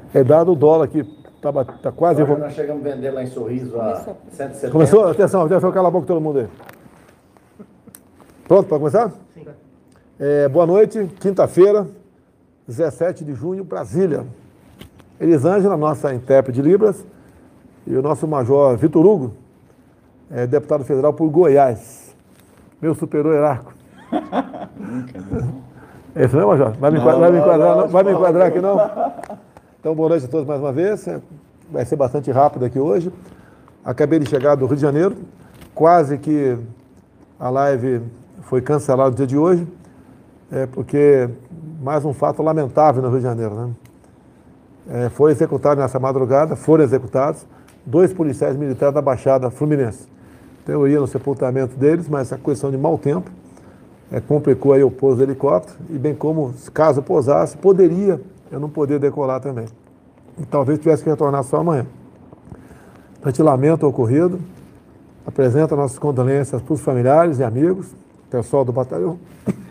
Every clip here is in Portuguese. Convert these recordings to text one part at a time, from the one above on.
É dado o dólar que tá quase... Hoje nós chegamos a vender lá em Sorriso a 170. Começou? Atenção, cala a boca todo mundo aí. Pronto para começar? Sim. Boa noite, quinta-feira, 17 de junho, Brasília. Elisângela, nossa intérprete de Libras, e o nosso major Vitor Hugo, deputado federal por Goiás. Meu superior hierárquico. É isso mesmo, major? Vai me enquadrar aqui, não? Então, boa noite a todos mais uma vez. Vai ser bastante rápido aqui hoje. Acabei de chegar do Rio de Janeiro. Quase que a live foi cancelada no dia de hoje, porque mais um fato lamentável no Rio de Janeiro, né? Foi executado nessa madrugada, foram executados 2 policiais militares da Baixada Fluminense. Então eu ia no sepultamento deles, mas a questão de mau tempo complicou aí o pouso do helicóptero, e bem como, caso pousasse, eu não poderia decolar também. E talvez tivesse que retornar só amanhã. A gente lamenta o ocorrido, apresenta nossas condolências para os familiares e amigos, pessoal do batalhão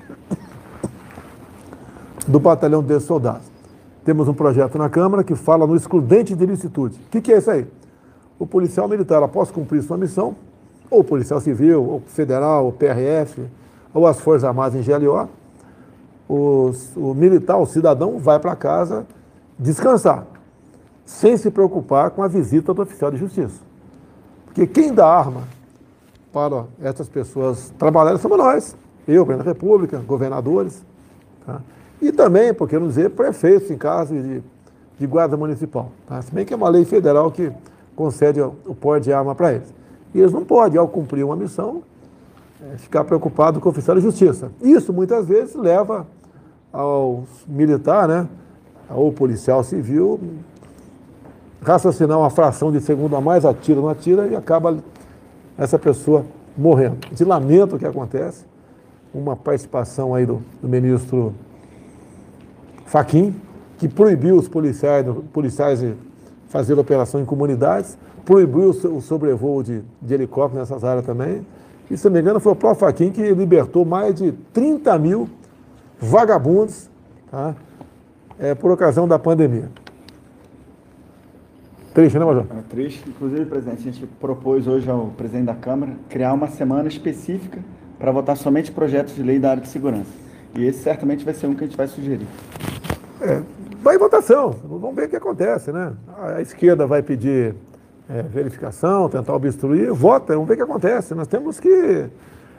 de soldados. Temos um projeto na Câmara que fala no excludente de ilicitude. O que é isso aí? O policial militar, após cumprir sua missão, ou policial civil, ou federal, ou PRF, ou as Forças Armadas em GLO, o militar, o cidadão, vai para casa descansar, sem se preocupar com a visita do oficial de justiça. Porque quem dá arma para essas pessoas trabalharem somos nós, eu, presidente da República, governadores, tá? E também, por que não dizer, prefeitos em caso de guarda municipal. Tá? Se bem que é uma lei federal que concede o porte de arma para eles. E eles não podem, ao cumprir uma missão, ficar preocupados com o oficial de justiça. Isso, muitas vezes, leva ao militar, né, ou policial civil, raciocinar uma fração de segundo a mais, atira, não atira, e acaba essa pessoa morrendo. De lamento o que acontece, uma participação aí do ministro Fachin, que proibiu os policiais de fazer operação em comunidades, proibiu o sobrevoo de helicóptero nessas áreas também. E, se não me engano, foi o próprio Fachin que libertou mais de 30 mil vagabundos, tá? Por ocasião da pandemia. Triste, né, Major? É triste. Inclusive, presidente, a gente propôs hoje ao presidente da Câmara criar uma semana específica para votar somente projetos de lei da área de segurança. E esse certamente vai ser um que a gente vai sugerir. Vai em votação, vamos ver o que acontece, né? A esquerda vai pedir verificação, tentar obstruir, vota, vamos ver o que acontece. Nós temos que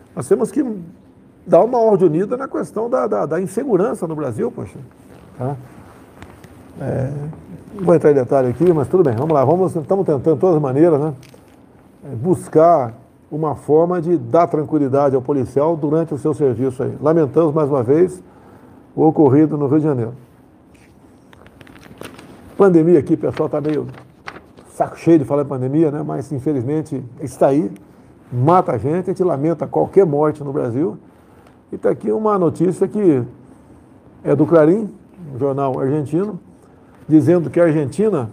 dar uma ordem unida na questão da insegurança no Brasil, poxa. Tá? Não vou entrar em detalhe aqui, mas tudo bem, vamos lá, estamos tentando de todas as maneiras, né, buscar uma forma de dar tranquilidade ao policial durante o seu serviço aí. Lamentamos mais uma vez o ocorrido no Rio de Janeiro. Pandemia aqui, o pessoal está meio saco cheio de falar em pandemia, né? Mas infelizmente está aí, mata a gente lamenta qualquer morte no Brasil. E está aqui uma notícia que é do Clarim, um jornal argentino, dizendo que a Argentina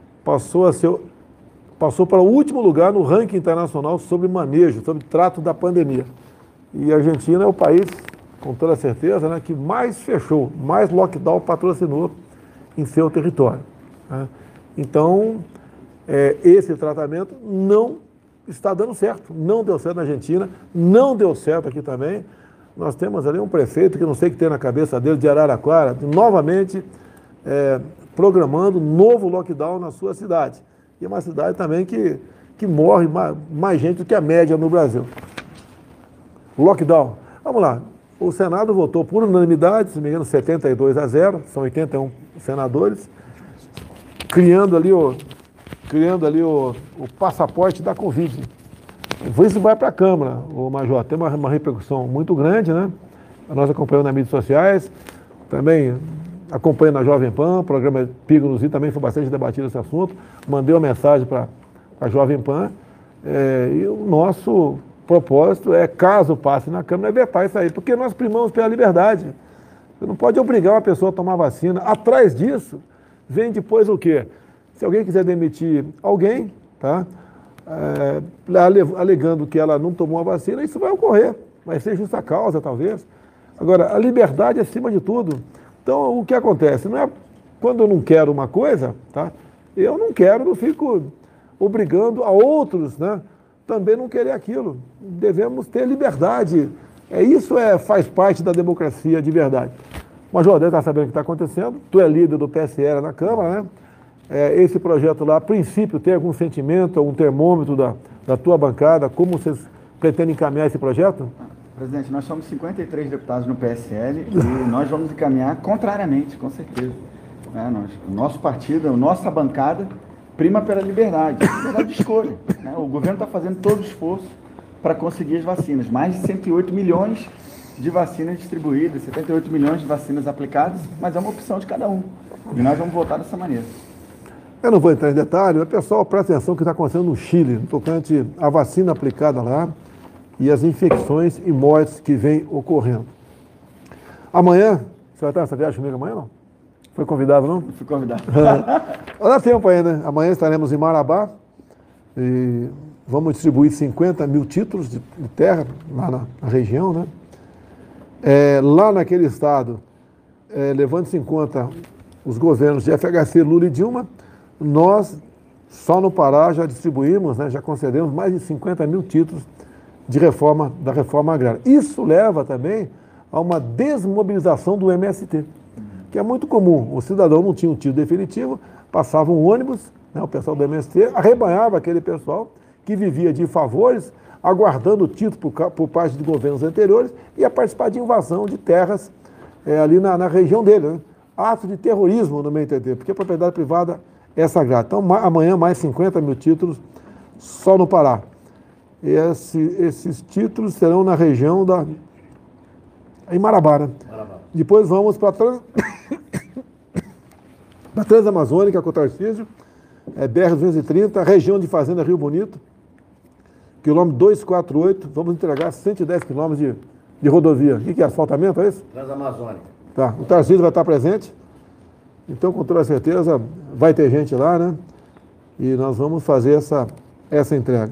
passou para o último lugar no ranking internacional sobre manejo, sobre trato da pandemia. E a Argentina é o país, com toda certeza, né, que mais fechou, mais lockdown patrocinou em seu território. Né? Então, esse tratamento não está dando certo. Não deu certo na Argentina, não deu certo aqui também. Nós temos ali um prefeito que não sei o que tem na cabeça dele, de Araraquara, novamente programando novo lockdown na sua cidade. E é uma cidade também que morre mais gente do que a média no Brasil. Lockdown. Vamos lá. O Senado votou por unanimidade, se não me engano, 72-0, são 81 senadores, criando ali o passaporte da Covid. Isso vai para a Câmara, o Major, tem uma repercussão muito grande, né? Nós acompanhamos nas mídias sociais, também acompanhando na Jovem Pan, o programa Pílulas também foi bastante debatido esse assunto, mandei uma mensagem para a Jovem Pan, e o nosso propósito caso passe na Câmara, vetar isso aí, porque nós primamos pela liberdade. Você não pode obrigar uma pessoa a tomar vacina. Atrás disso, vem depois o quê? Se alguém quiser demitir alguém, tá? Alegando que ela não tomou a vacina, isso vai ocorrer. Vai ser justa causa, talvez. Agora, a liberdade acima de tudo. Então, o que acontece? Não é Quando eu não quero uma coisa, tá? Eu não quero, não fico obrigando a outros, né, também não querer aquilo. Devemos ter liberdade. Isso faz parte da democracia de verdade. Major, deve estar sabendo o que está acontecendo. Tu é líder do PSL na Câmara, né? Esse projeto lá, a princípio, tem algum sentimento, algum termômetro da tua bancada? Como vocês pretendem encaminhar esse projeto? Presidente, nós somos 53 deputados no PSL e nós vamos encaminhar contrariamente, com certeza. O nosso partido, a nossa bancada, prima pela liberdade de escolha. O governo está fazendo todo o esforço para conseguir as vacinas. Mais de 108 milhões de vacinas distribuídas, 78 milhões de vacinas aplicadas, mas é uma opção de cada um. E nós vamos votar dessa maneira. Eu não vou entrar em detalhe, mas pessoal, presta atenção no que está acontecendo no Chile, no tocante à vacina aplicada lá e as infecções e mortes que vêm ocorrendo. Amanhã, você vai estar nessa viagem comigo amanhã, não? Foi convidado, não? Fui convidado. Dá tempo ainda, né? Amanhã estaremos em Marabá e vamos distribuir 50 mil títulos de terra lá na região, né? Lá naquele estado, levando-se em conta os governos de FHC, Lula e Dilma, nós, só no Pará, já distribuímos, né, já concedemos mais de 50 mil títulos da reforma agrária. Isso leva também a uma desmobilização do MST, que é muito comum. O cidadão não tinha um título definitivo, passava um ônibus, né, o pessoal do MST arrebanhava aquele pessoal que vivia de favores, aguardando o título por parte de governos anteriores, e ia participar de invasão de terras ali na região dele, né? Ato de terrorismo, no meu entender, porque a propriedade privada é sagrada. Então, amanhã, mais 50 mil títulos só no Pará. Esses títulos serão na região em Marabá, né? Depois vamos para a Transamazônica, com o Tarcísio, BR-230, região de Fazenda Rio Bonito, quilômetro 248, vamos entregar 110 quilômetros de rodovia. O que é? Asfaltamento, é isso? Transamazônica. Tá, o Tarcísio vai estar presente, então com toda certeza vai ter gente lá, né? E nós vamos fazer essa entrega.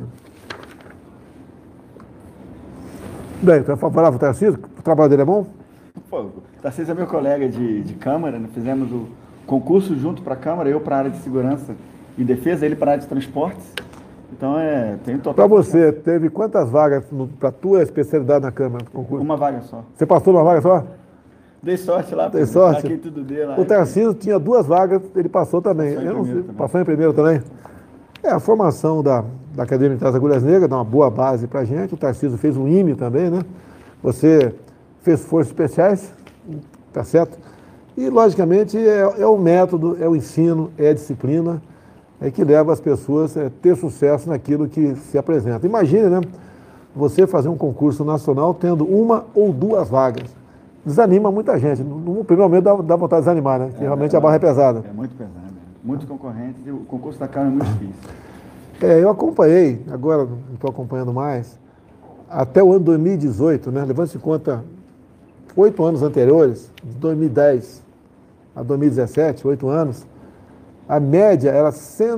Bem, então é favorável ao Tarcísio? O trabalho dele é bom? Pô, o Tarcísio é meu colega de Câmara, né? Fizemos o concurso junto para a Câmara, eu para a área de segurança e defesa, ele para a área de transportes. Então, tem total... Para você, teve quantas vagas para a tua especialidade na Câmara? Concurso? Uma vaga só. Você passou numa vaga só? Dei sorte lá. Dei sorte? Aqui tudo deu lá. O Tarcísio tinha 2 vagas, ele passou também. Passou em primeiro também? A formação da Academia Militar das Agulhas Negras dá uma boa base para a gente. O Tarcísio fez um IME também, né? Você fez forças especiais, tá certo? E, logicamente, é o método, é o ensino, é a disciplina que leva as pessoas a ter sucesso naquilo que se apresenta. Imagine, né? Você fazer um concurso nacional tendo 1 ou 2 vagas. Desanima muita gente. No primeiro momento dá vontade de desanimar, né? Que realmente a barra é pesada. É muito pesada. Muitos concorrentes e o concurso da Câmara é muito difícil. Eu acompanhei, agora não estou acompanhando mais, até o ano 2018, né? Levando-se em conta 8 anos anteriores, de 2010 a 2017, 8 anos, a média era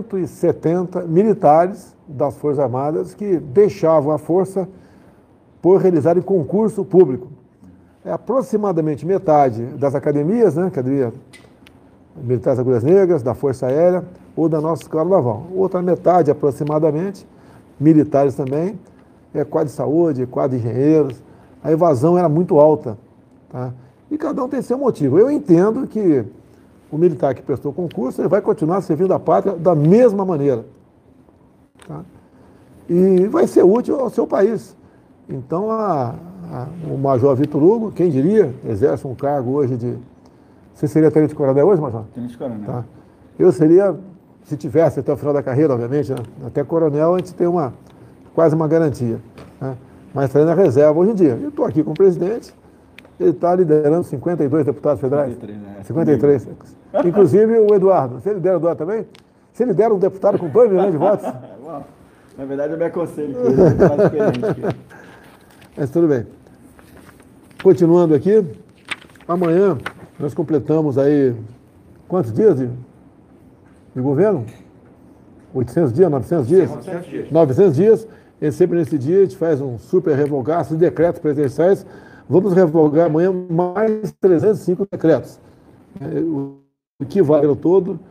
170 militares das Forças Armadas que deixavam a força por realizarem concurso público. Aproximadamente metade das academias, né? Academia Militar das Agulhas Negras, da Força Aérea ou da nossa Escola Naval. Outra metade, aproximadamente, militares também, quadro de saúde, quadro de engenheiros. A evasão era muito alta, tá? E cada um tem seu motivo. Eu entendo que o militar que prestou concurso, ele vai continuar servindo a pátria da mesma maneira, tá? E vai ser útil ao seu país. Então, o Major Vitor Hugo, quem diria, exerce um cargo hoje de... Você seria tenente coronel hoje, Major? Tenente coronel. Tá. Eu seria, se tivesse até o final da carreira, obviamente, né? Até coronel a gente tem quase uma garantia, né? Mas estaria na reserva hoje em dia. Eu estou aqui com o presidente, ele está liderando 52 deputados federais. 53. Inclusive o Eduardo. Você lidera o Eduardo também? Você lidera um deputado com 2 milhões de votos? Bom, na verdade, eu me aconselho que ele é mais experiente. Mas tudo bem. Continuando aqui, amanhã nós completamos aí quantos dias de governo? 800 dias, 900 dias? 900 dias. 900 dias. E sempre nesse dia a gente faz um super revogaço de decretos presidenciais. Vamos revogar amanhã mais 305 decretos. que vale todo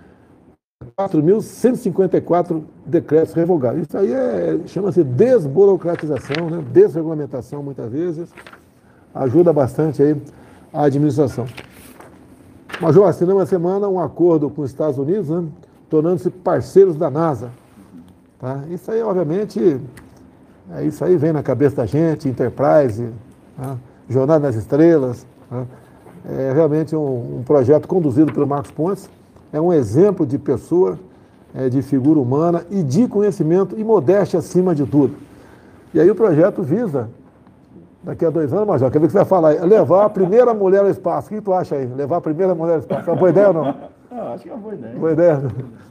4.154 decretos revogados. Isso aí chama-se desburocratização, né? Desregulamentação, muitas vezes. Ajuda bastante aí a administração. Major, assinamos essa semana um acordo com os Estados Unidos, né? Tornando-se parceiros da NASA. Tá? Isso aí, obviamente, isso aí vem na cabeça da gente, Enterprise, tá? Jornada nas Estrelas. Tá? É realmente um projeto conduzido pelo Marcos Pontes. É um exemplo de pessoa, de figura humana e de conhecimento e modéstia acima de tudo. E aí o projeto visa, daqui a 2 anos, Major, quer ver o que você vai falar aí? Levar a primeira mulher ao espaço. O que tu acha aí? Levar a primeira mulher ao espaço. É uma boa ideia ou não? Acho que é uma boa ideia. Boa ideia.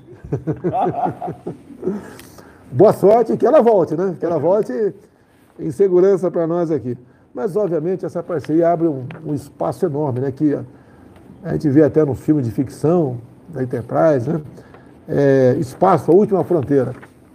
Boa sorte e que ela volte, né? Que ela volte em segurança para nós aqui. Mas, obviamente, essa parceria abre um espaço enorme, né? Que a gente vê até no filme de ficção da Enterprise, né? Espaço, a última fronteira.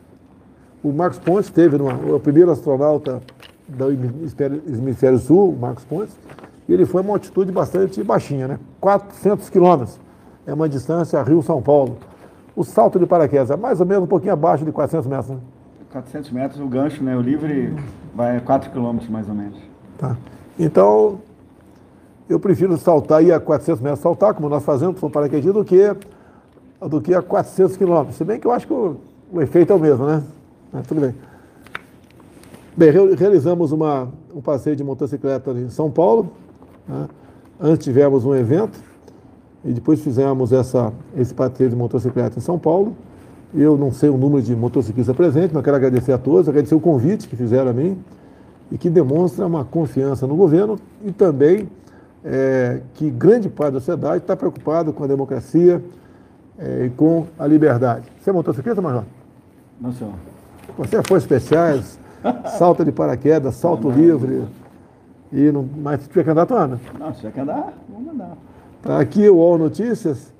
O Marcos Pontes teve o primeiro astronauta do Hemisfério Sul, o Marcos Pontes, e ele foi uma altitude bastante baixinha, né? 400 quilômetros. É uma distância Rio-São Paulo. O salto de paraquedas é mais ou menos um pouquinho abaixo de 400 metros, né? 400 metros, o gancho, né? O livre vai a 4 quilômetros, mais ou menos. Tá. Então, eu prefiro saltar aí a 400 metros, saltar, como nós fazemos, com paraquedismo, do que a 400 quilômetros. Se bem que eu acho que o efeito é o mesmo, né? Mas tudo bem. Bem, realizamos um passeio de motocicleta em São Paulo. Né? Antes tivemos um evento e depois fizemos esse passeio de motocicleta em São Paulo. Eu não sei o número de motociclistas presentes, mas quero agradecer a todos, agradecer o convite que fizeram a mim e que demonstra uma confiança no governo e também que grande parte da sociedade está preocupada com a democracia e com a liberdade. Você é motociclista, Major? Não, senhor. Você é Forças Especiais, salto de paraquedas, salto livre, mas se tiver que andar, tu anda. Não, se tiver que andar, vamos andar. Tá aqui o UOL Notícias.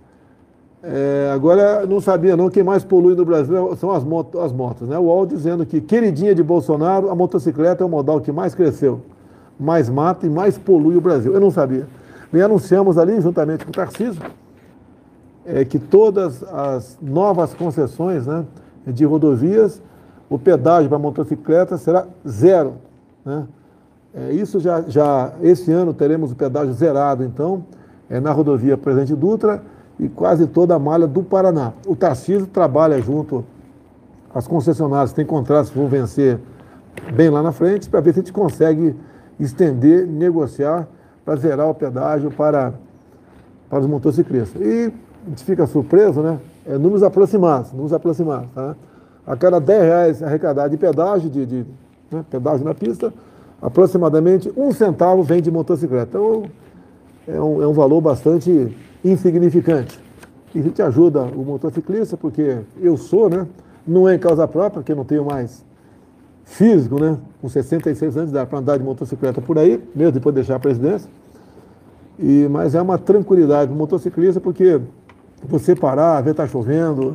Agora, não sabia não, quem mais polui no Brasil são as motos, né? O UOL dizendo que, queridinha de Bolsonaro, a motocicleta é o modal que mais cresceu, mais mata e mais polui o Brasil. Eu não sabia. E anunciamos ali, juntamente com o Tarcísio, que todas as novas concessões, né, de rodovias, o pedágio para motocicleta será zero, né? Isso esse ano teremos o pedágio zerado, então, na rodovia Presidente Dutra e quase toda a malha do Paraná. O Tarcísio trabalha junto às concessionárias, tem contratos que vão vencer bem lá na frente, para ver se a gente consegue estender, negociar para zerar o pedágio para os motociclistas. E a gente fica surpreso, né? Números aproximados, tá? A cada R$10 arrecadado de pedágio, né, pedágio na pista, aproximadamente 1 centavo vem de motocicleta. Então, é um valor bastante insignificante. E a gente ajuda o motociclista, porque eu sou, né? Não é em causa própria, porque eu não tenho mais físico, né? Com 66 anos, dá para andar de motocicleta por aí, mesmo depois de deixar a presidência. Mas é uma tranquilidade do motociclista, porque você parar, ver tá chovendo,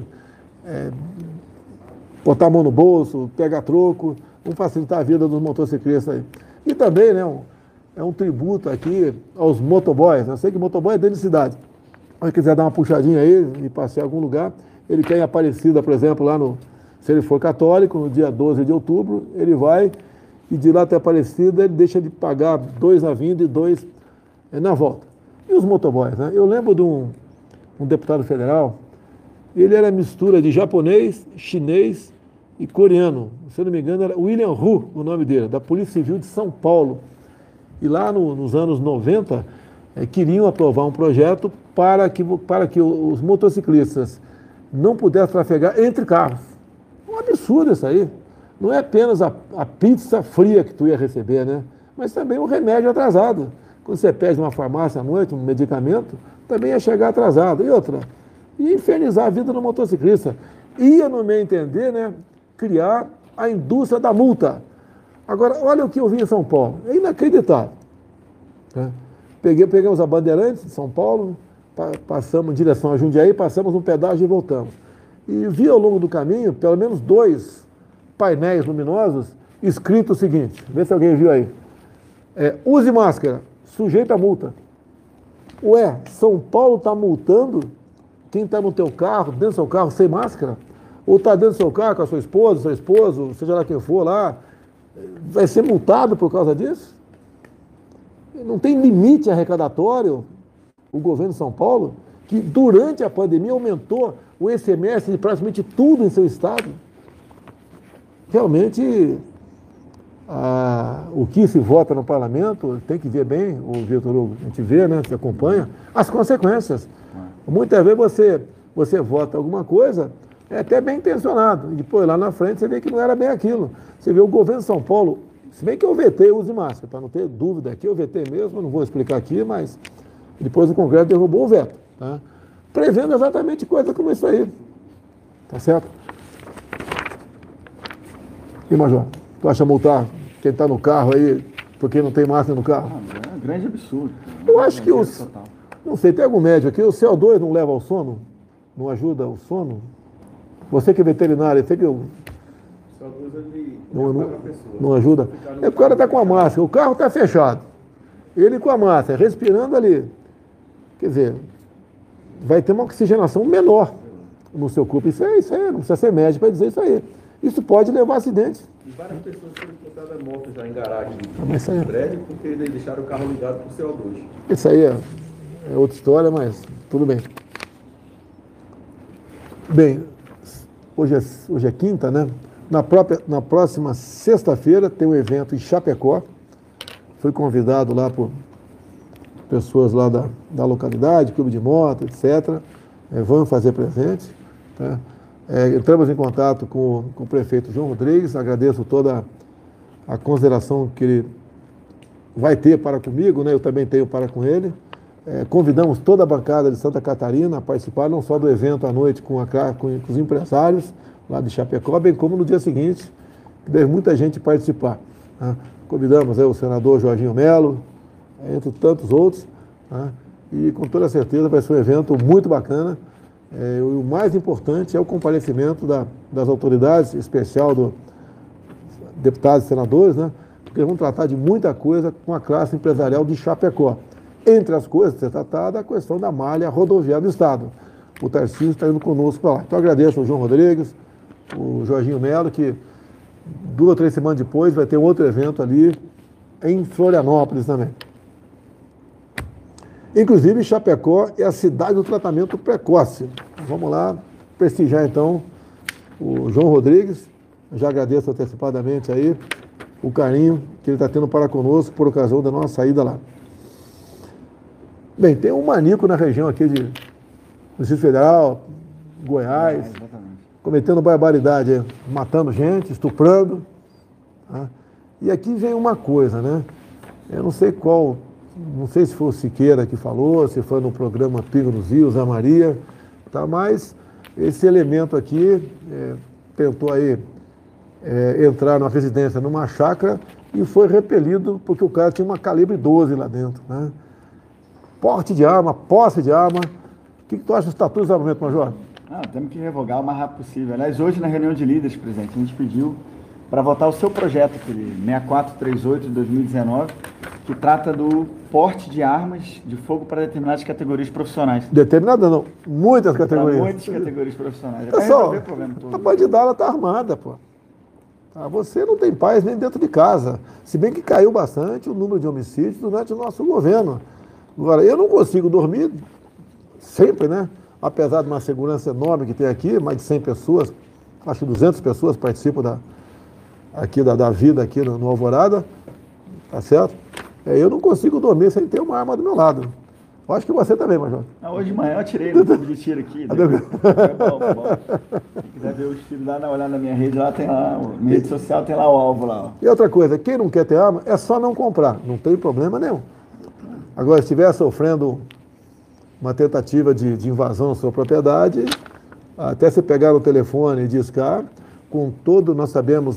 botar a mão no bolso, pegar troco, vamos facilitar a vida dos motociclistas aí. E também, né, é um tributo aqui aos motoboys. Eu sei que motoboy é dentro de cidade. Se quiser dar uma puxadinha aí e passear em algum lugar, ele quer em Aparecida, por exemplo, se ele for católico, no dia 12 de outubro, ele vai e de lá até Aparecida ele deixa de pagar 2 na vinda e 2 na volta. E os motoboys, né? Eu lembro de um deputado federal, ele era mistura de japonês, chinês e coreano. Se eu não me engano, era William Hu, o nome dele, da Polícia Civil de São Paulo. E lá nos anos 90, queriam aprovar um projeto para que os motociclistas não pudessem trafegar entre carros. Um absurdo isso aí. Não é apenas a pizza fria que tu ia receber, né? Mas também o remédio atrasado. Quando você pede numa farmácia à noite um medicamento, também ia chegar atrasado. E outra, ia infernizar a vida do motociclista. Ia, no meu entender, né, criar a indústria da multa. Agora, olha o que eu vi em São Paulo. É inacreditável. Né? Pegamos a Bandeirantes de São Paulo, passamos em direção a Jundiaí, passamos um pedágio e voltamos. E vi ao longo do caminho, pelo menos 2 painéis luminosos, escrito o seguinte, vê se alguém viu aí. Use máscara, sujeito a multa. Ué, São Paulo está multando quem está no teu carro, dentro do seu carro, sem máscara, ou está dentro do seu carro com a sua esposa, seu esposo, seja lá quem for lá, vai ser multado por causa disso? Não tem limite arrecadatório o governo de São Paulo, que durante a pandemia aumentou o ICMS de praticamente tudo em seu estado. Realmente, o que se vota no parlamento, tem que ver bem, o Vitor Hugo, a gente vê, né, você acompanha, as consequências. Muitas vezes você vota alguma coisa, é até bem intencionado, e depois lá na frente você vê que não era bem aquilo. Você vê o governo de São Paulo, se bem que eu vetei o uso de máscara, para não ter dúvida aqui, eu vetei mesmo, não vou explicar aqui, mas depois o Congresso derrubou o veto, tá? Prevendo exatamente coisa como isso aí, tá certo? E, Major, tu acha multar quem está no carro aí, porque não tem máscara no carro? É um grande absurdo. Eu acho que não sei, tem algum médico aqui, o CO2 não leva ao sono? Não ajuda ao sono? Você que é veterinário, você que eu... Não ajuda? O cara está com a máscara, o carro está fechado. Ele com a máscara, respirando ali. Quer dizer, vai ter uma oxigenação menor no seu corpo. Isso aí, não precisa ser médico para dizer isso aí. Isso pode levar a acidente. E várias pessoas foram encontradas mortas já em garagem de prédio porque eles deixaram o carro ligado por CO2. Isso aí é outra história, mas tudo bem. Bem, hoje é quinta, né? Na próxima sexta-feira tem um evento em Chapecó. Fui convidado lá por pessoas lá da localidade, clube de moto, etc. Vão fazer presente. Tá? Entramos em contato com o prefeito João Rodrigues, agradeço toda a consideração que ele vai ter para comigo, né? Eu também tenho para com ele. Convidamos toda a bancada de Santa Catarina a participar, não só do evento à noite com os empresários lá de Chapecó, bem como no dia seguinte, que deve muita gente participar. Né? Convidamos o senador Jorginho Melo, entre tantos outros, né? E com toda certeza vai ser um evento muito bacana. O mais importante é o comparecimento das autoridades, em especial dos deputados e senadores, né? Porque vão tratar de muita coisa com a classe empresarial de Chapecó. Entre as coisas a ser tratada, a questão da malha rodoviária do Estado. O Tarcísio está indo conosco para lá. Então, agradeço ao João Rodrigues, o Jorginho Melo, que 2 ou 3 semanas depois vai ter outro evento ali em Florianópolis também. Inclusive, Chapecó é a cidade do tratamento precoce. Vamos lá prestigiar, então, o João Rodrigues. Eu já agradeço antecipadamente aí o carinho que ele está tendo para conosco por ocasião da nossa saída lá. Bem, tem um maníaco na região aqui de Distrito Federal, Goiás, cometendo barbaridade, matando gente, estuprando. Tá? E aqui vem uma coisa, né? Eu não sei não sei se foi o Siqueira que falou, se foi no programa Pingo nos Rios, a Maria, tá? Mas esse elemento aqui tentou aí entrar na residência numa chácara e foi repelido porque o cara tinha uma calibre 12 lá dentro, né? Porte de arma, posse de arma. O que tu acha do Estatuto de Desarmamento, Major? Temos que revogar o mais rápido possível. Aliás, hoje na reunião de líderes, presidente, a gente pediu para votar o seu projeto, aquele 6438 de 2019, que trata do porte de armas de fogo para determinadas categorias profissionais. Determinada não, muitas categorias. Para muitas categorias profissionais. Pessoal, a bandidala está armada, pô. Você não tem paz nem dentro de casa. Se bem que caiu bastante o número de homicídios durante o nosso governo. Agora, eu não consigo dormir sempre, né? Apesar de uma segurança enorme que tem aqui, mais de 100 pessoas, acho que 200 pessoas participam da vida aqui no Alvorada, tá certo? Eu não consigo dormir sem ter uma arma do meu lado. Eu acho que você também, Major. Hoje de manhã eu tirei no clube de tiro aqui. Quem quiser ver os tiros lá, olhar na minha rede, lá tem lá, minha rede social tem lá o alvo lá. Ó. E outra coisa, quem não quer ter arma, é só não comprar, não tem problema nenhum. Agora, se estiver sofrendo uma tentativa de invasão à sua propriedade, até você pegar o telefone e discar, com todo, nós sabemos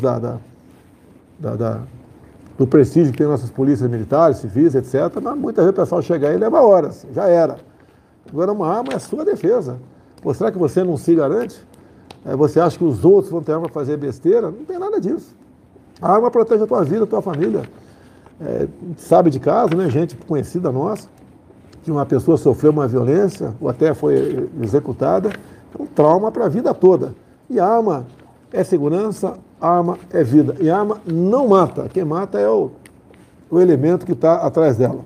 do prestígio que tem nossas polícias militares, civis, etc., mas muitas vezes o pessoal chega aí e leva horas, já era. Agora, uma arma é a sua defesa. Pô, será que você não se garante? Você acha que os outros vão ter arma para fazer besteira? Não tem nada disso. A arma protege a tua vida, a tua família. Sabe de caso, né? Gente conhecida nossa, que uma pessoa sofreu uma violência ou até foi executada, é um trauma para a vida toda. E a arma é segurança, arma é vida. E a arma não mata. Quem mata é o elemento que está atrás dela.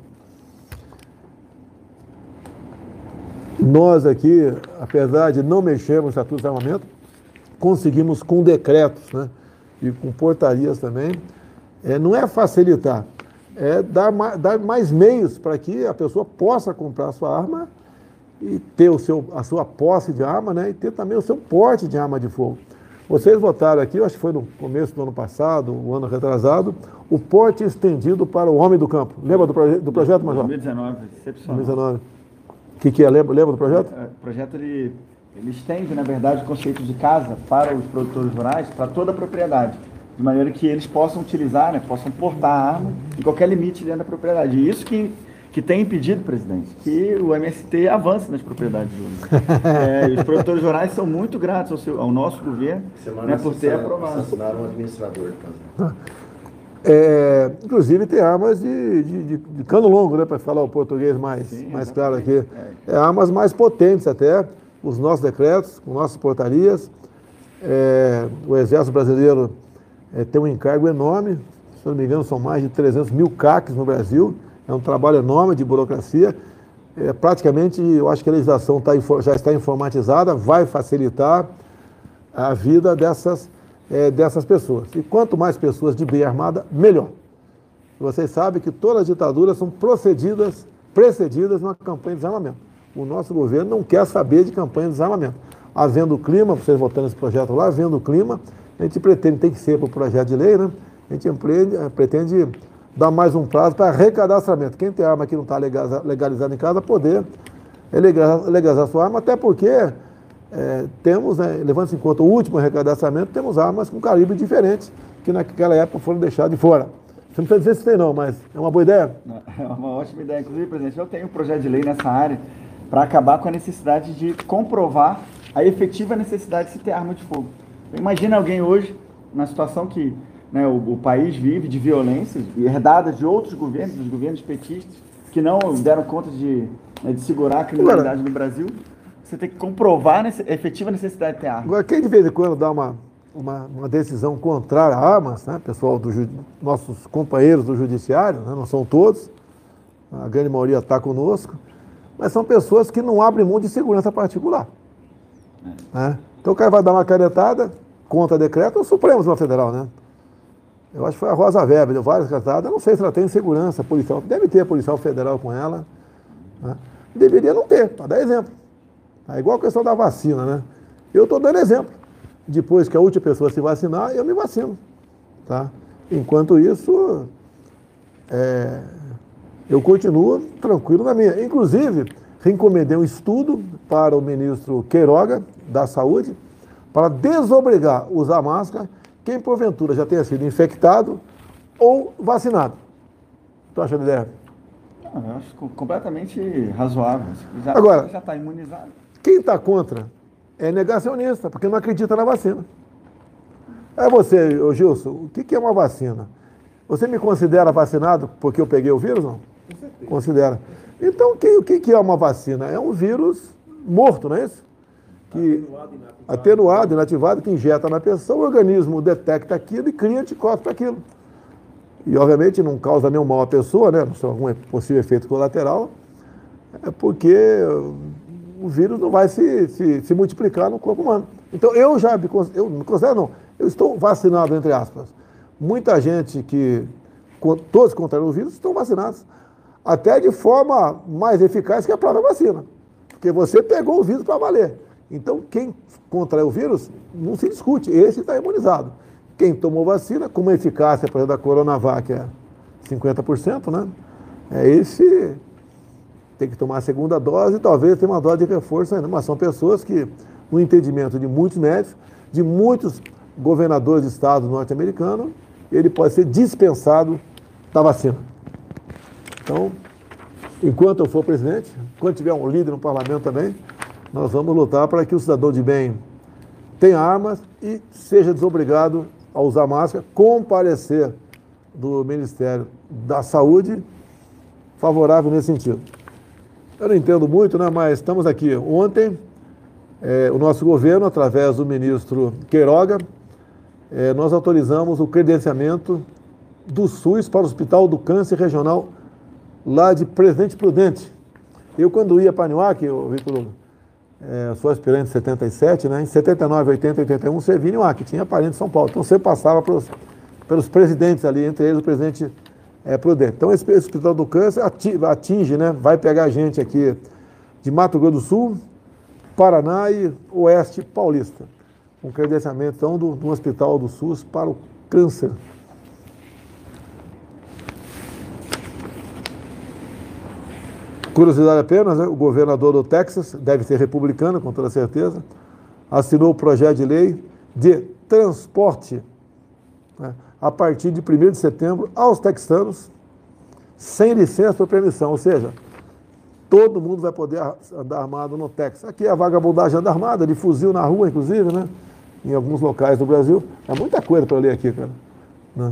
Nós aqui, apesar de não mexermos no Estatuto de Armamento, conseguimos com decretos, né, e com portarias também, não é facilitar, é dar mais meios para que a pessoa possa comprar a sua arma e ter a sua posse de arma, né, e ter também o seu porte de arma de fogo. Vocês votaram aqui, eu acho que foi no começo do ano passado, o ano retrasado, o porte estendido para o homem do campo. Lembra do projeto, Major? 2019, excepcional. 2019. O que é? Lembra do projeto? O projeto ele estende, na verdade, o conceito de casa para os produtores rurais, para toda a propriedade, de maneira que eles possam utilizar, né, possam portar a arma em qualquer limite dentro da propriedade. E isso que tem impedido, presidente, que o MST avance nas propriedades hoje. Os produtores rurais são muito gratos ao nosso governo, né, por ter aprovado. Assassinaram um administrador. Inclusive tem armas de cano longo, né, para falar o português mais claro aqui. Armas mais potentes até, os nossos decretos, com nossas portarias. O Exército Brasileiro tem um encargo enorme, se não me engano são mais de 300 mil CACs no Brasil, é um trabalho enorme de burocracia. Praticamente, eu acho que a legislação já está informatizada, vai facilitar a vida dessas pessoas. E quanto mais pessoas de bem armada, melhor. Vocês sabem que todas as ditaduras são precedidas numa campanha de desarmamento. O nosso governo não quer saber de campanha de desarmamento. Havendo clima, vocês votando esse projeto lá, havendo clima, a gente pretende, tem que ser para o projeto de lei, né? A gente pretende dar mais um prazo para recadastramento. Quem tem arma que não está legalizada em casa, poder legalizar sua arma, até porque temos, né, levando-se em conta o último recadastramento, temos armas com calibre diferente, que naquela época foram deixadas de fora. Você não precisa dizer se tem não, mas é uma boa ideia? É uma ótima ideia. Inclusive, presidente, eu tenho um projeto de lei nessa área para acabar com a necessidade de comprovar a efetiva necessidade de se ter arma de fogo. Imagina alguém hoje, na situação que, né, o país vive de violências herdadas de outros governos, dos governos petistas, que não deram conta de segurar a criminalidade no Brasil. Você tem que comprovar a efetiva necessidade de ter arma. Agora, quem de vez em quando dá uma decisão contrária a armas, né, pessoal, nossos companheiros do judiciário, né, não são todos, a grande maioria está conosco, mas são pessoas que não abrem mão de segurança particular. Né? Então o cara vai dar uma canetada contra decreto, é o Supremo Tribunal Federal, né? Eu acho que foi a Rosa Weber, deu várias canetadas, eu não sei se ela tem segurança policial, deve ter policial federal com ela, né? Deveria não ter, para dar exemplo. É igual a questão da vacina, né? Eu estou dando exemplo. Depois que a última pessoa se vacinar, eu me vacino. Tá? Enquanto isso, eu continuo tranquilo na minha. Inclusive, recomendei um estudo para o ministro Queiroga, da Saúde, para desobrigar a usar máscara quem, porventura, já tenha sido infectado ou vacinado. Tu acha a ideia? Eu acho completamente razoável. Agora, já está imunizado. Quem está contra é negacionista, porque não acredita na vacina. Você, ô Gilson, o que é uma vacina? Você me considera vacinado porque eu peguei o vírus, não? Considera. Então, o que é uma vacina? É um vírus morto, não é isso? Atenuado, inativado, que injeta na pessoa, o organismo detecta aquilo e cria anticorpos para aquilo. E, obviamente, não causa nenhum mal à pessoa, né? Não sei, algum possível efeito colateral, porque o vírus não vai se multiplicar no corpo humano. Então, eu me considero, não, eu estou vacinado, entre aspas. Muita gente todos contraíram o vírus, estão vacinados. Até de forma mais eficaz que a própria vacina. Porque você pegou o vírus para valer. Então, quem contrai o vírus, não se discute, esse está imunizado. Quem tomou vacina, com uma eficácia, por exemplo, da Coronavac é 50%, né? Esse tem que tomar a segunda dose e talvez tenha uma dose de reforço ainda. Mas são pessoas que, no entendimento de muitos médicos, de muitos governadores de estado norte-americanos, ele pode ser dispensado da vacina. Então, enquanto eu for presidente, quando tiver um líder no parlamento também, nós vamos lutar para que o cidadão de bem tenha armas e seja desobrigado a usar máscara, comparecer do Ministério da Saúde favorável nesse sentido. Eu não entendo muito, né, mas estamos aqui. Ontem, o nosso governo, através do ministro Queiroga, nós autorizamos o credenciamento do SUS para o Hospital do Câncer Regional lá de Presidente Prudente. Eu, quando ia para Niuaque, Vitor Hugo, sou aspirante em 77, né? Em 79, 80, 81, você vinha em Niuaque, tinha parente em São Paulo. Então, você passava pelos presidentes ali, entre eles o presidente Prudente. Então, esse Hospital do Câncer atinge, né? Vai pegar gente aqui de Mato Grosso do Sul, Paraná e Oeste Paulista. Um credenciamento, então, do Hospital do SUS para o câncer. Curiosidade apenas, né? O governador do Texas, deve ser republicano, com toda certeza, assinou o projeto de lei de transporte, né, a partir de 1º de setembro aos texanos, sem licença ou permissão, ou seja, todo mundo vai poder andar armado no Texas. Aqui é a vagabundagem anda armada, de fuzil na rua, inclusive, né? Em alguns locais do Brasil. É muita coisa para ler aqui, cara. Né?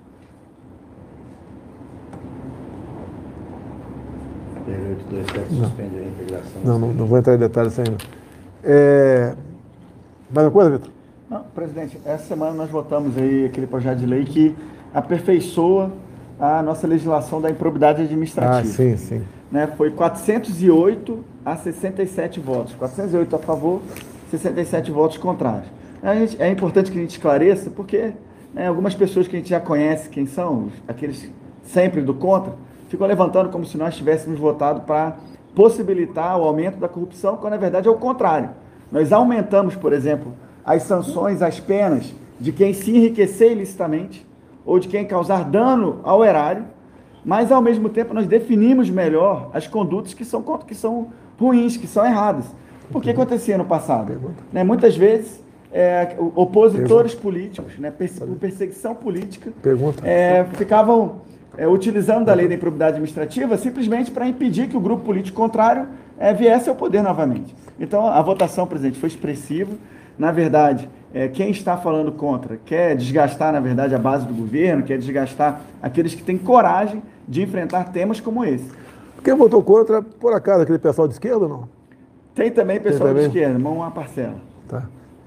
Suspende a integração. Não vou entrar em detalhes ainda. Mais uma coisa, Vitor? Não, presidente, essa semana nós votamos aí aquele projeto de lei que aperfeiçoa a nossa legislação da improbidade administrativa. Sim, sim. Né, foi 408 a 67 votos. 408 a favor, 67 votos contrários. É importante que a gente esclareça, porque algumas pessoas que a gente já conhece quem são, aqueles sempre do contra, ficam levantando como se nós tivéssemos votado para possibilitar o aumento da corrupção, quando na verdade é o contrário. Nós aumentamos, por exemplo, as sanções, as penas de quem se enriquecer ilicitamente ou de quem causar dano ao erário, mas ao mesmo tempo nós definimos melhor as condutas que são ruins, que são erradas. O que acontecia no passado? Muitas vezes, opositores políticos, por perseguição política, ficavam utilizando da lei da improbidade administrativa simplesmente para impedir que o grupo político contrário viesse ao poder novamente. Então, a votação, presidente, foi expressiva. Na verdade, quem está falando contra quer desgastar, na verdade, a base do governo, quer desgastar aqueles que têm coragem de enfrentar temas como esse. Quem votou contra, por acaso, aquele pessoal de esquerda ou não? Tem também pessoal de esquerda, uma parcela. Tá.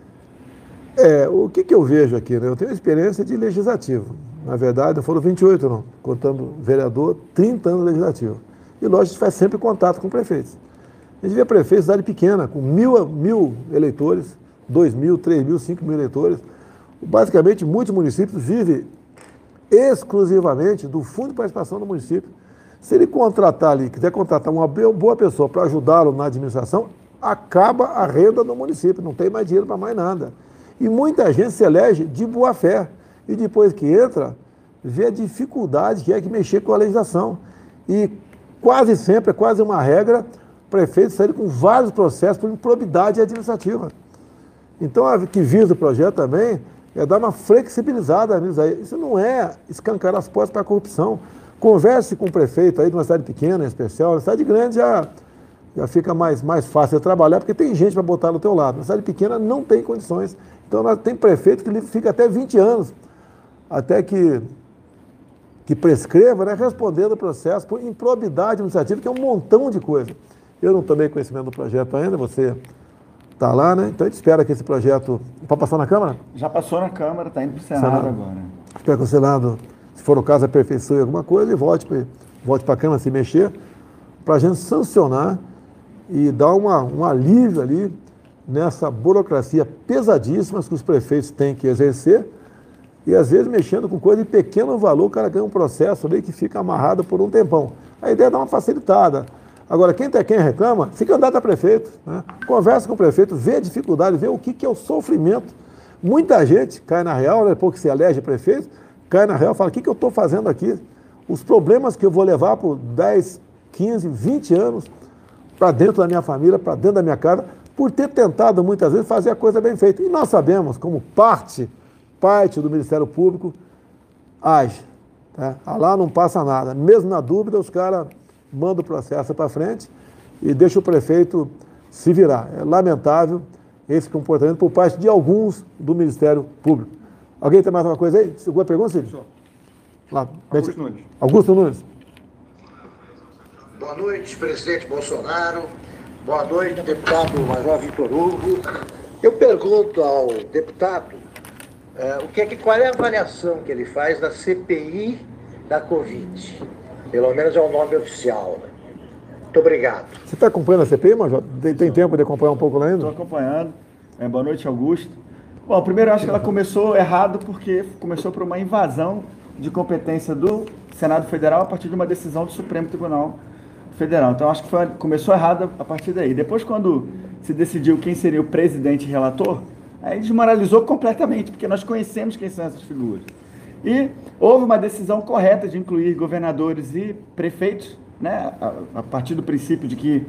O que eu vejo aqui, né? Eu tenho experiência de legislativo. Na verdade, foram 28, não, contando vereador, 30 anos legislativo. E, lógico, a gente faz sempre contato com prefeitos. A gente vê prefeitos de cidade pequena, com mil eleitores, 2.000, 3.000, 5.000 eleitores. Basicamente, muitos municípios vivem exclusivamente do fundo de participação do município. Se ele contratar ali, quiser contratar uma boa pessoa para ajudá-lo na administração, acaba a renda do município, não tem mais dinheiro para mais nada. E muita gente se elege de boa fé. E depois que entra, vê a dificuldade que é que mexer com a legislação. E quase sempre, é quase uma regra, prefeitos saírem com vários processos por improbidade administrativa. Então, o que visa o projeto também é dar uma flexibilizada nisso aí. Isso não é escancarar as portas para a corrupção. Converse com o prefeito aí de uma cidade pequena, em especial. Na cidade grande já fica mais fácil de trabalhar, porque tem gente para botar do teu lado. Na cidade pequena não tem condições. Então, tem prefeito que fica até 20 anos, até que prescreva, né, respondendo o processo por improbidade administrativa, que é um montão de coisa. Eu não tomei conhecimento do projeto ainda, você está lá, né? Então a gente espera que esse projeto... Pode passar na Câmara? Já passou na Câmara, está indo para o Senado agora. Espero que o Senado, se for o caso, aperfeiçoe alguma coisa e volte para a Câmara se mexer, para a gente sancionar e dar um alívio ali nessa burocracia pesadíssima que os prefeitos têm que exercer. E, às vezes, mexendo com coisa de pequeno valor, o cara ganha um processo ali que fica amarrado por um tempão. A ideia é dar uma facilitada. Agora, quem reclama, fica candidato a prefeito, né? Conversa com o prefeito, vê a dificuldade, vê o que é o sofrimento. Muita gente cai na real, né, depois que se elege prefeito, cai na real e fala, o que eu estou fazendo aqui? Os problemas que eu vou levar por 10, 15, 20 anos para dentro da minha família, para dentro da minha casa, por ter tentado, muitas vezes, fazer a coisa bem feita. E nós sabemos como parte do Ministério Público age. Tá? Lá não passa nada. Mesmo na dúvida, os caras mandam o processo para frente e deixam o prefeito se virar. É lamentável esse comportamento por parte de alguns do Ministério Público. Alguém tem mais alguma coisa aí? Alguma pergunta, Cid? Senhor. Lá, Augusto Nunes. Augusto Nunes. Bom Boa noite, presidente Bolsonaro. Boa noite, deputado Major Vitor Hugo. Eu pergunto ao deputado qual é a avaliação que ele faz da CPI da Covid. Pelo menos é o nome oficial. Muito obrigado. Você está acompanhando a CPI, Major? Tem tempo de acompanhar um pouco lá ainda? Estou acompanhando. Boa noite, Augusto. Bom, primeiro eu acho que ela começou errado porque começou por uma invasão de competência do Senado Federal a partir de uma decisão do Supremo Tribunal Federal. Então acho que começou errado a partir daí. Depois, quando se decidiu quem seria o presidente e relator, aí desmoralizou completamente, porque nós conhecemos quem são essas figuras. E houve uma decisão correta de incluir governadores e prefeitos, né, a partir do princípio de que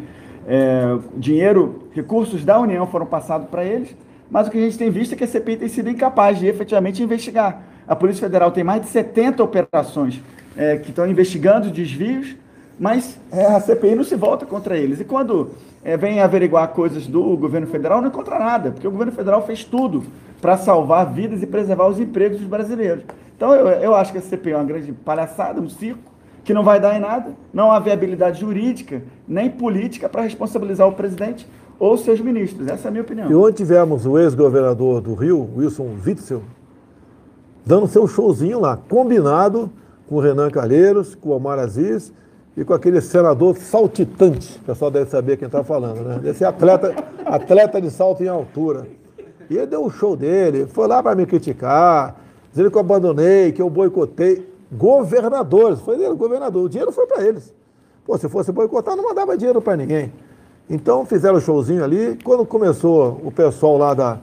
recursos da União foram passados para eles, mas o que a gente tem visto é que a CPI tem sido incapaz de efetivamente investigar. A Polícia Federal tem mais de 70 operações que estão investigando desvios, mas a CPI não se volta contra eles. E quando vem averiguar coisas do governo federal, não encontra nada, porque o governo federal fez tudo para salvar vidas e preservar os empregos dos brasileiros. Então eu acho que a CPI é uma grande palhaçada, um circo, que não vai dar em nada, não há viabilidade jurídica nem política para responsabilizar o presidente ou seus ministros. Essa é a minha opinião. E ontem tivemos o ex-governador do Rio, Wilson Witzel, dando seu showzinho lá, combinado com o Renan Calheiros, com o Omar Aziz e com aquele senador saltitante. O pessoal deve saber quem está falando, né? Esse atleta de salto em altura. E ele deu o show dele, foi lá para me criticar, dizendo que eu abandonei, que eu boicotei. Governadores, foi dele, governador. O dinheiro foi para eles. Pô, se fosse boicotar, não mandava dinheiro para ninguém. Então fizeram o showzinho ali. Quando começou o pessoal lá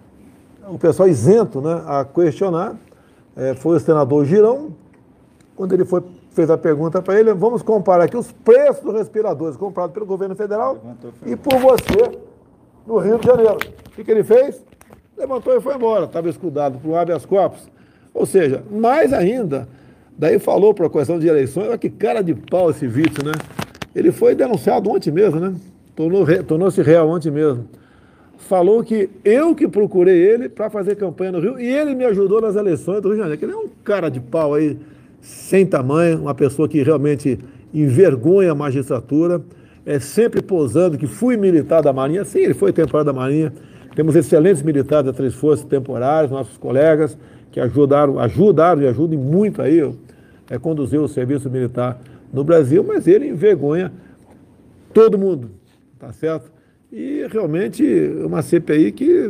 o pessoal isento, né, a questionar, foi o senador Girão, quando ele fez a pergunta para ele: vamos comparar aqui os preços dos respiradores comprados pelo governo federal e por você no Rio de Janeiro. O que ele fez? Levantou e foi embora. Estava escudado por um habeas corpus. Ou seja, mais ainda, daí falou para a questão de eleições, olha que cara de pau esse Witzel, né? Ele foi denunciado ontem mesmo, né? Tornou-se réu ontem mesmo. Falou que eu que procurei ele para fazer campanha no Rio e ele me ajudou nas eleições do Rio de Janeiro. Ele é um cara de pau aí, sem tamanho, uma pessoa que realmente envergonha a magistratura, sempre posando que fui militar da Marinha. Sim, ele foi temporário da Marinha. Temos excelentes militares das três forças temporárias, nossos colegas, que ajudaram e ajudam muito aí a conduzir o serviço militar no Brasil, mas ele envergonha todo mundo, tá certo? E realmente uma CPI que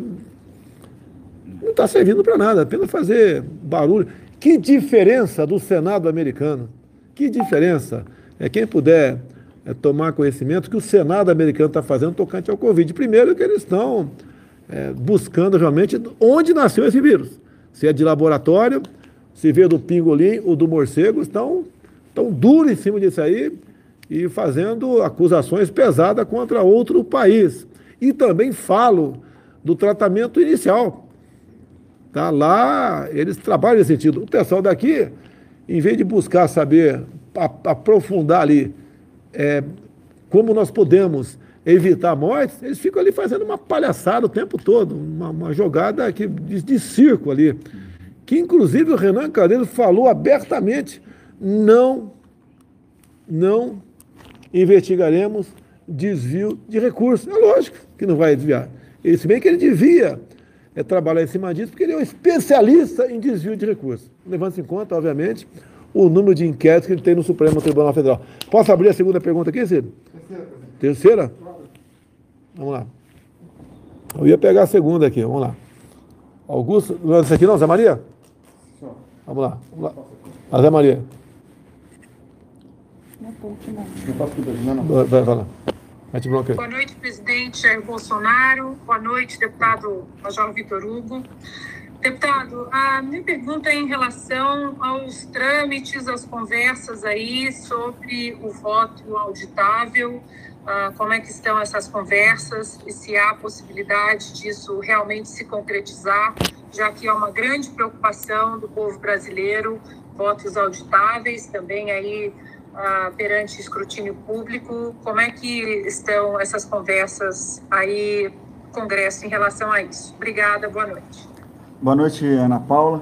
não está servindo para nada, apenas fazer barulho. Que diferença do Senado americano? Que diferença? Quem puder tomar conhecimento que o Senado americano está fazendo tocante ao Covid. Primeiro que eles estão buscando realmente onde nasceu esse vírus. Se é de laboratório, se veio do pingolim ou do morcego, estão duros em cima disso aí e fazendo acusações pesadas contra outro país. E também falo do tratamento inicial. Tá? Lá eles trabalham nesse sentido. O pessoal daqui, em vez de buscar saber, aprofundar ali como nós podemos evitar mortes, eles ficam ali fazendo uma palhaçada o tempo todo, uma jogada de circo ali, que inclusive o Renan Calheiros falou abertamente: não investigaremos desvio de recursos. É lógico que não vai desviar. E se bem que ele devia trabalhar em cima disso, porque ele é um especialista em desvio de recursos. Levando-se em conta, obviamente, o número de inquéritos que ele tem no Supremo Tribunal Federal. Posso abrir a segunda pergunta aqui, Ciro? Terceira? Vamos lá. Eu ia pegar a segunda aqui, vamos lá. Augusto, não é isso aqui não, Zé Maria? Vamos lá. Zé Maria. Vai lá. Boa noite, presidente Jair Bolsonaro. Boa noite, deputado Major Vitor Hugo. Deputado, a minha pergunta é em relação aos trâmites, às conversas aí sobre o voto auditável. Como é que estão essas conversas e se há possibilidade disso realmente se concretizar, já que é uma grande preocupação do povo brasileiro, votos auditáveis também aí perante escrutínio público. Como é que estão essas conversas aí no Congresso em relação a isso? Obrigada, boa noite. Boa noite, Ana Paula.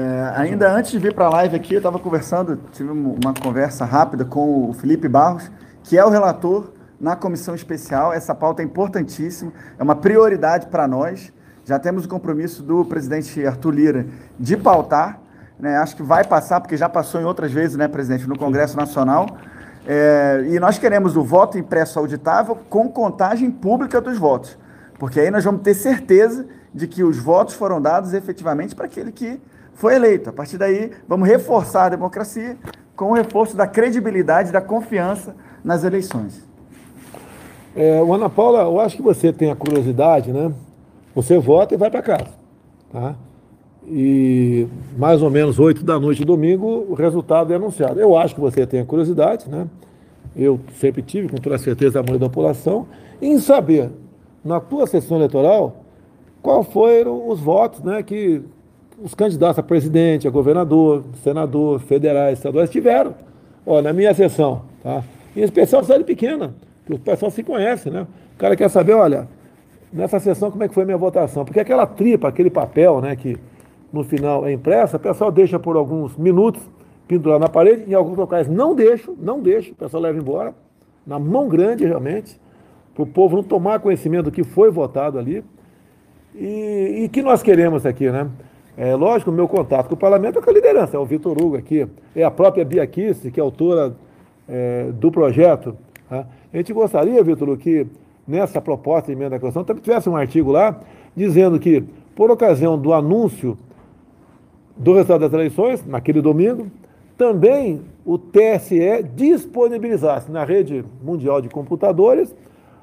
Ainda antes de vir para a live aqui, eu estava tive uma conversa rápida com o Felipe Barros, que é o relator na comissão especial. Essa pauta é importantíssima, é uma prioridade para nós. Já temos o compromisso do presidente Arthur Lira de pautar, né? Acho que vai passar, porque já passou em outras vezes, né, presidente, no Congresso Nacional. E nós queremos o voto impresso auditável com contagem pública dos votos, porque aí nós vamos ter certeza de que os votos foram dados efetivamente para aquele que foi eleito. A partir daí, vamos reforçar a democracia com o reforço da credibilidade e da confiança nas eleições. Ana Paula, eu acho que você tem a curiosidade, né? Você vota e vai para casa, tá? E mais ou menos 8 da noite, domingo, o resultado é anunciado. Eu acho que você tem a curiosidade, né? Eu sempre tive, com toda certeza, a maioria da população, em saber, na tua sessão eleitoral, quais foram os votos, né, que os candidatos a presidente, a governador, senador, federais, estaduais tiveram. Ó, na minha sessão, tá? Em especial cidade pequena, que o pessoal se conhece, né? O cara quer saber, olha, nessa sessão como é que foi a minha votação? Porque aquela tripa, aquele papel, né, que no final é impressa, o pessoal deixa por alguns minutos pendurado na parede, em alguns locais não deixa, o pessoal leva embora, na mão grande realmente, para o povo não tomar conhecimento do que foi votado ali. E que nós queremos aqui, né? Lógico, o meu contato com o parlamento é com a liderança, é o Vitor Hugo aqui, é a própria Bia Kicis, que é autora do projeto. Tá? A gente gostaria, Vitor Hugo, que nessa proposta de emenda à Constituição também tivesse um artigo lá dizendo que, por ocasião do anúncio do resultado das eleições, naquele domingo, também o TSE disponibilizasse na rede mundial de computadores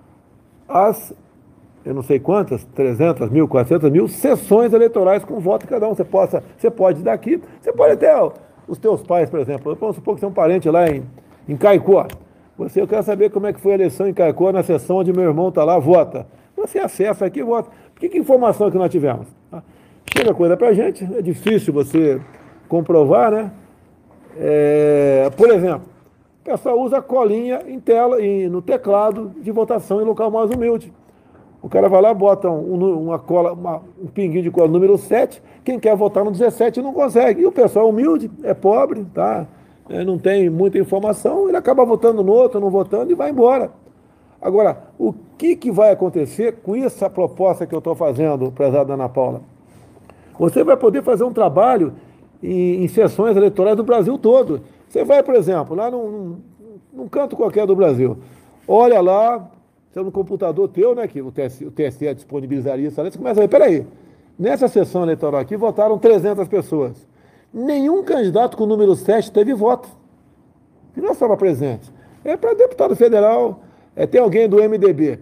as, eu não sei quantas, 300 mil, 400 mil sessões eleitorais com voto de cada um. Você pode daqui, você pode até os teus pais, por exemplo, vamos supor que você é um parente lá em Caicó. Eu quero saber como é que foi a eleição em Caicó, na sessão onde meu irmão está lá, vota. Você acessa aqui e vota. Que informação que nós tivemos? Chega coisa para a gente, é difícil você comprovar, né? Por exemplo, o pessoal usa colinha em tela, no teclado de votação em local mais humilde. O cara vai lá, bota um pinguinho de cola número 7, quem quer votar no 17 não consegue. E o pessoal é humilde, é pobre, tá? Não tem muita informação, ele acaba votando no outro, não votando e vai embora. Agora, o que vai acontecer com essa proposta que eu estou fazendo, prezada Ana Paula? Você vai poder fazer um trabalho em sessões eleitorais do Brasil todo. Você vai, por exemplo, lá num canto qualquer do Brasil, olha lá, no computador teu, né, que o TSE disponibilizaria isso, você começa a ver, peraí, nessa sessão eleitoral aqui votaram 300 pessoas. Nenhum candidato com o número 7 teve voto. E não estava presente. É para deputado federal, tem alguém do MDB,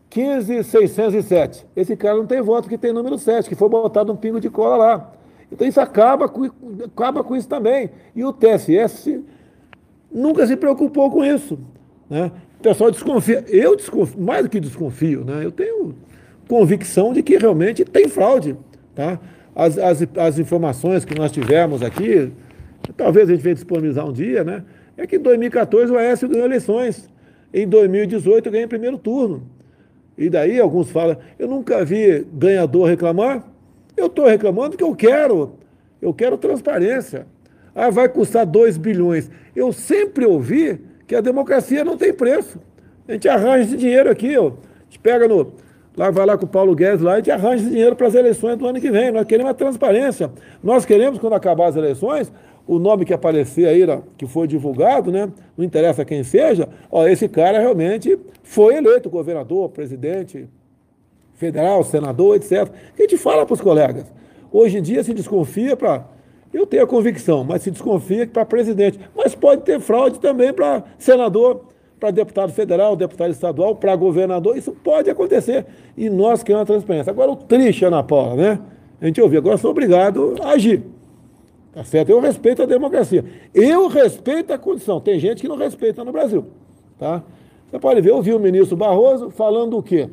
15.607. Esse cara não tem voto que tem número 7, que foi botado um pingo de cola lá. Então isso acaba com isso também. E o TSE nunca se preocupou com isso, né? O pessoal desconfia. Eu desconfio, mais do que desconfio, né? Eu tenho convicção de que realmente tem fraude, tá? As informações que nós tivemos aqui, talvez a gente venha disponibilizar um dia, né? É que em 2014 o Aécio ganhou eleições. Em 2018 eu ganhei em primeiro turno. E daí alguns falam, eu nunca vi ganhador reclamar. Eu estou reclamando que eu quero transparência. Vai custar 2 bilhões. Eu sempre ouvi que a democracia não tem preço. A gente arranja esse dinheiro aqui, ó. A gente pega vai lá com o Paulo Guedes lá e a gente arranja esse dinheiro para as eleições do ano que vem. Nós queremos a transparência. Nós queremos, quando acabar as eleições, o nome que aparecer aí, que foi divulgado, né? Não interessa quem seja, esse cara realmente foi eleito governador, presidente federal, senador, etc. A gente fala para os colegas. Hoje em dia se desconfia eu tenho a convicção, mas se desconfia para presidente. Mas pode ter fraude também para senador, para deputado federal, deputado estadual, para governador. Isso pode acontecer. E nós queremos a transparência. Agora o triste, Ana Paula, né? A gente ouviu. Agora eu sou obrigado a agir. Tá certo? Eu respeito a democracia. Eu respeito a Constituição. Tem gente que não respeita no Brasil. Tá? Você pode ver, eu vi o ministro Barroso falando o quê?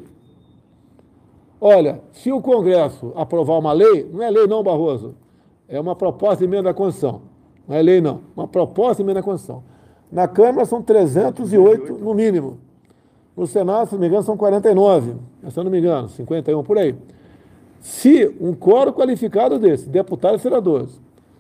Olha, se o Congresso aprovar uma lei, não é lei não, Barroso, é uma proposta de emenda à Constituição. Não é lei não, uma proposta de emenda à Constituição. Na Câmara são 308 no mínimo. No Senado, se não me engano, são 49. Se eu não me engano, 51 por aí. Se um quórum qualificado desse, deputados e senadores,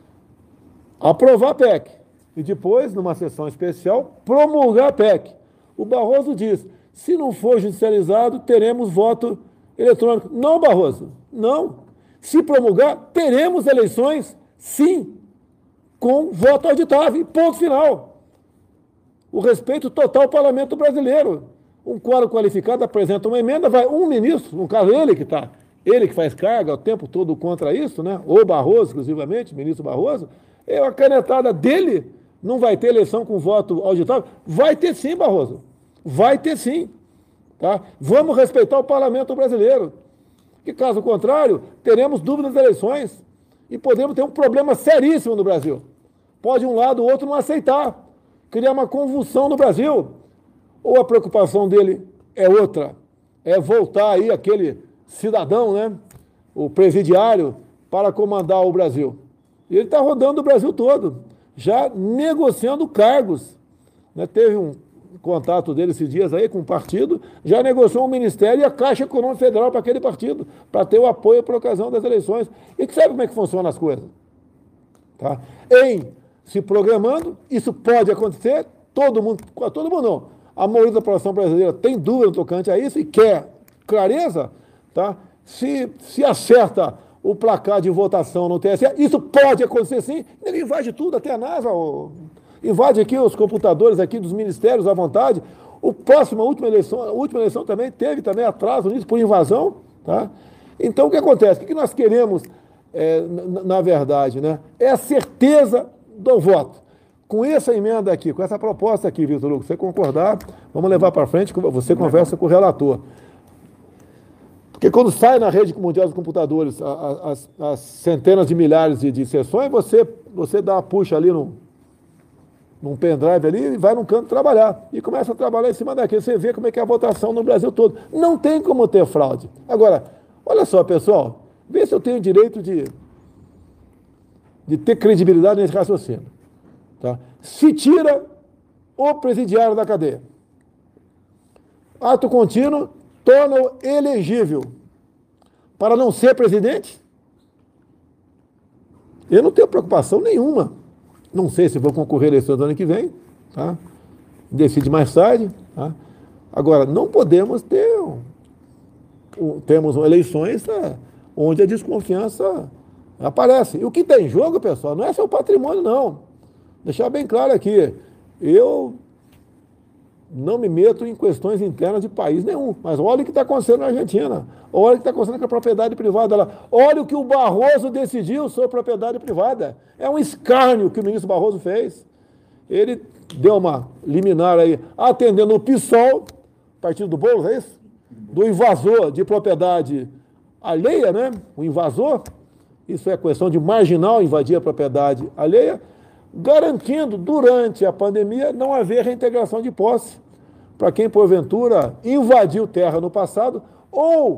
aprovar a PEC e depois, numa sessão especial, promulgar a PEC, O Barroso diz, se não for judicializado, teremos voto eletrônico. Não, Barroso, não. Se promulgar, teremos eleições, sim, com voto auditável, ponto final. O respeito total ao parlamento brasileiro. Um quórum qualificado apresenta uma emenda, vai um ministro, no caso ele que faz carga o tempo todo contra isso, né? Ou Barroso, exclusivamente, ministro Barroso, é a canetada dele, não vai ter eleição com voto auditável? Vai ter sim, Barroso, vai ter sim. Tá? Vamos respeitar o parlamento brasileiro, que caso contrário, teremos dúvidas das eleições e podemos ter um problema seríssimo no Brasil. Pode um lado ou outro não aceitar, criar uma convulsão no Brasil. Ou a preocupação dele é outra, é voltar aí aquele cidadão, né, o presidiário, para comandar o Brasil. E ele está rodando o Brasil todo, já negociando cargos. Né? Teve um contato dele esses dias aí com o partido, já negociou um ministério e a Caixa Econômica Federal para aquele partido, para ter o apoio por ocasião das eleições. E que sabe como é que funcionam as coisas? Tá? Se programando, isso pode acontecer, todo mundo não. A maioria da população brasileira tem dúvida no tocante a isso e quer clareza, tá? Se acerta o placar de votação no TSE, isso pode acontecer sim, ele invade tudo, até a NASA, invade aqui os computadores aqui dos ministérios à vontade. A última eleição também teve atraso nisso por invasão, tá? Então o que acontece? O que nós queremos, na verdade, né? É a certeza do voto. Com essa emenda aqui, com essa proposta aqui, Vitor Hugo, você concordar, vamos levar para frente, você conversa com o relator. Porque quando sai na rede mundial dos computadores as centenas de milhares de sessões, você dá uma puxa ali num pendrive ali e vai num canto trabalhar. E começa a trabalhar em cima daquilo. Você vê como é que é a votação no Brasil todo. Não tem como ter fraude. Agora, olha só, pessoal, vê se eu tenho direito de ter credibilidade nesse raciocínio. Tá? Se tira o presidiário da cadeia, ato contínuo torna-o elegível para não ser presidente, eu não tenho preocupação nenhuma. Não sei se vou concorrer à eleição do ano que vem, tá? Decide mais tarde. Tá? Agora, não podemos temos eleições onde a desconfiança aparece. E o que está em jogo, pessoal, não é seu patrimônio, não. Deixar bem claro aqui, eu não me meto em questões internas de país nenhum, mas olha o que está acontecendo na Argentina, olha o que está acontecendo com a propriedade privada lá, olha o que o Barroso decidiu sobre propriedade privada. É um escárnio que o ministro Barroso fez. Ele deu uma liminar aí, atendendo o PSOL, partido do Boulos, é isso? Do invasor de propriedade alheia, né? O invasor, isso é questão de marginal invadir a propriedade alheia, garantindo, durante a pandemia, não haver reintegração de posse para quem, porventura, invadiu terra no passado ou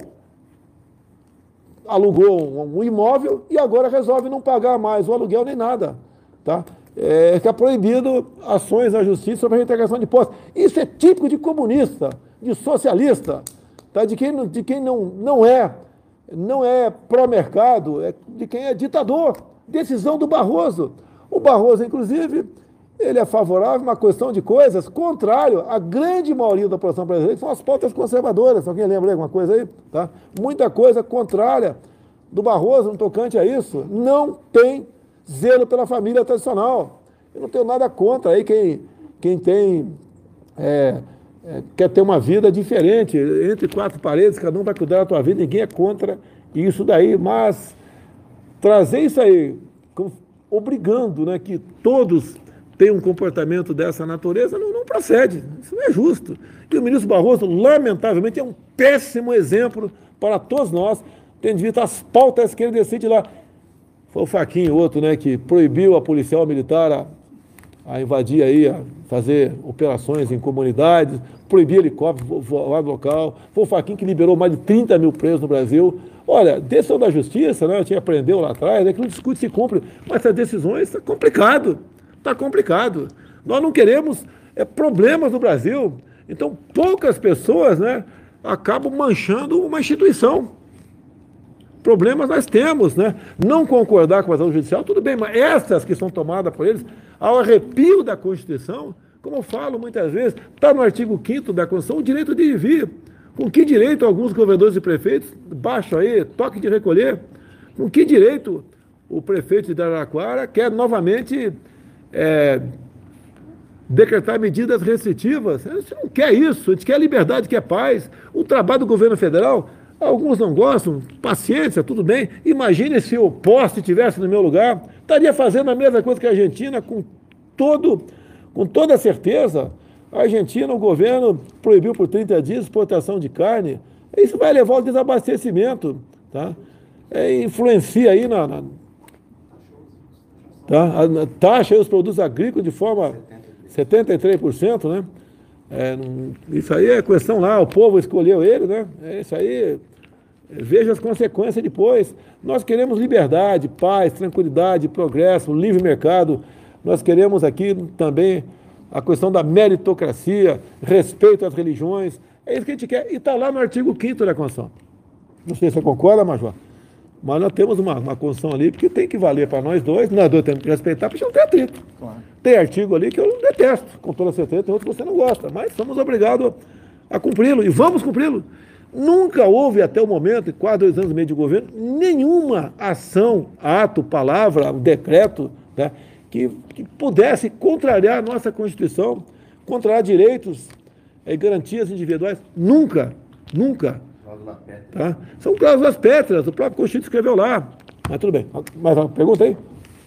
alugou um imóvel e agora resolve não pagar mais o aluguel nem nada. Tá? Está proibido ações na justiça sobre a reintegração de posse. Isso é típico de comunista, de socialista, tá? De quem não é pró-mercado, de quem é ditador. Decisão do Barroso. O Barroso, inclusive, ele é favorável a uma questão de coisas contrário à grande maioria da população brasileira, que são as pautas conservadoras. Alguém lembra alguma coisa aí? Tá? Muita coisa contrária do Barroso no tocante a isso. Não tem zelo pela família tradicional. Eu não tenho nada contra aí quem quer ter uma vida diferente, entre quatro paredes, cada um vai cuidar da tua vida, ninguém é contra isso daí, mas trazer isso aí obrigando, né, que todos tenham um comportamento dessa natureza, não procede. Isso não é justo. E o ministro Barroso, lamentavelmente, é um péssimo exemplo para todos nós, tendo visto as pautas que ele decide lá. Foi o Fachin, outro, né, que proibiu a policial militar a invadir aí, a fazer operações em comunidades, proibir helicópteros voar no local. Foi o Fachin que liberou mais de 30 mil presos no Brasil. Olha, decisão da justiça, né, a gente aprendeu lá atrás, que não discute se cumpre, mas essas decisões está complicado. Está complicado. Nós não queremos problemas no Brasil. Então, poucas pessoas, né, acabam manchando uma instituição. Problemas nós temos, né? Não concordar com a ação judicial, tudo bem, mas essas que são tomadas por eles, ao arrepio da Constituição, Como eu falo muitas vezes, está no artigo 5º da Constituição o direito de ir e vir. Com que direito alguns governadores e prefeitos, baixo aí, toque de recolher, com que direito o prefeito de Araraquara quer novamente decretar medidas restritivas? A gente não quer isso, a gente quer liberdade, quer paz. O trabalho do governo federal, alguns não gostam, paciência, tudo bem. Imagine se o poste estivesse no meu lugar, estaria fazendo a mesma coisa que a Argentina, com toda certeza. A Argentina, o governo proibiu por 30 dias exportação de carne. Isso vai levar ao desabastecimento, tá? Influencia aí na taxa dos produtos agrícolas de forma 73%, né? Isso aí é questão lá, o povo escolheu ele, né? Isso aí, veja as consequências depois. Nós queremos liberdade, paz, tranquilidade, progresso, livre mercado. Nós queremos aqui também a questão da meritocracia, respeito às religiões. É isso que a gente quer. E está lá no artigo 5º da Constituição. Não sei se você concorda, Major. Mas nós temos uma Constituição ali que tem que valer para nós dois temos que respeitar, porque não tem atrito. Claro. Tem artigo ali que eu detesto, com toda certeza, tem outro que você não gosta, mas somos obrigados a cumpri-lo, e vamos cumpri-lo. Nunca houve, até o momento, em quase 2 anos e meio de governo, nenhuma ação, ato, palavra, decreto, né, que pudesse contrariar a nossa Constituição, contrariar direitos e garantias individuais. Nunca. Tá? São cláusulas pétreas, o próprio Constituição escreveu lá. Mas tudo bem. Mais uma pergunta aí?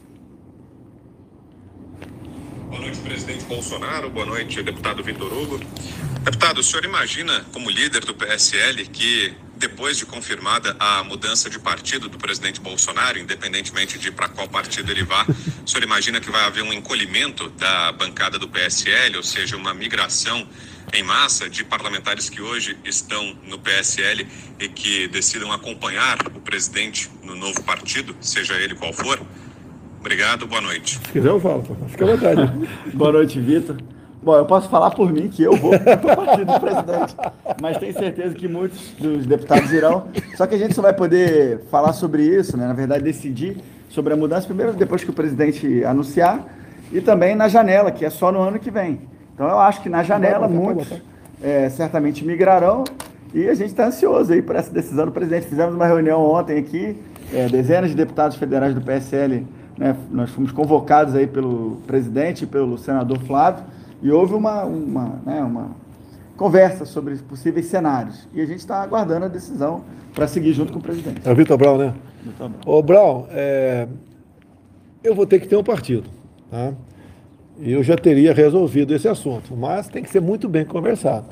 Boa noite, presidente Bolsonaro. Boa noite, deputado Vitor Hugo. Deputado, o senhor imagina, como líder do PSL, que depois de confirmada a mudança de partido do presidente Bolsonaro, independentemente de para qual partido ele vá, o senhor imagina que vai haver um encolhimento da bancada do PSL, ou seja, uma migração em massa de parlamentares que hoje estão no PSL e que decidam acompanhar o presidente no novo partido, seja ele qual for? Obrigado, boa noite. Se quiser eu falo, fica à vontade. Boa noite, Vitor. Bom, eu posso falar por mim que eu vou para o partido do presidente, mas tenho certeza que muitos dos deputados irão. Só que a gente só vai poder falar sobre isso, né? Na verdade, decidir sobre a mudança primeiro depois que o presidente anunciar e também na janela, que é só no ano que vem. Então, eu acho que na janela muitos certamente migrarão e a gente está ansioso aí por essa decisão do presidente. Fizemos uma reunião ontem aqui, dezenas de deputados federais do PSL, né, nós fomos convocados aí pelo presidente e pelo senador Flávio e houve uma conversa sobre possíveis cenários. E a gente está aguardando a decisão para seguir junto com o presidente. É o Vitor Brown, né? Vitor Brown. Ô, Brown, eu vou ter que ter um partido, tá? Eu já teria resolvido esse assunto, mas tem que ser muito bem conversado.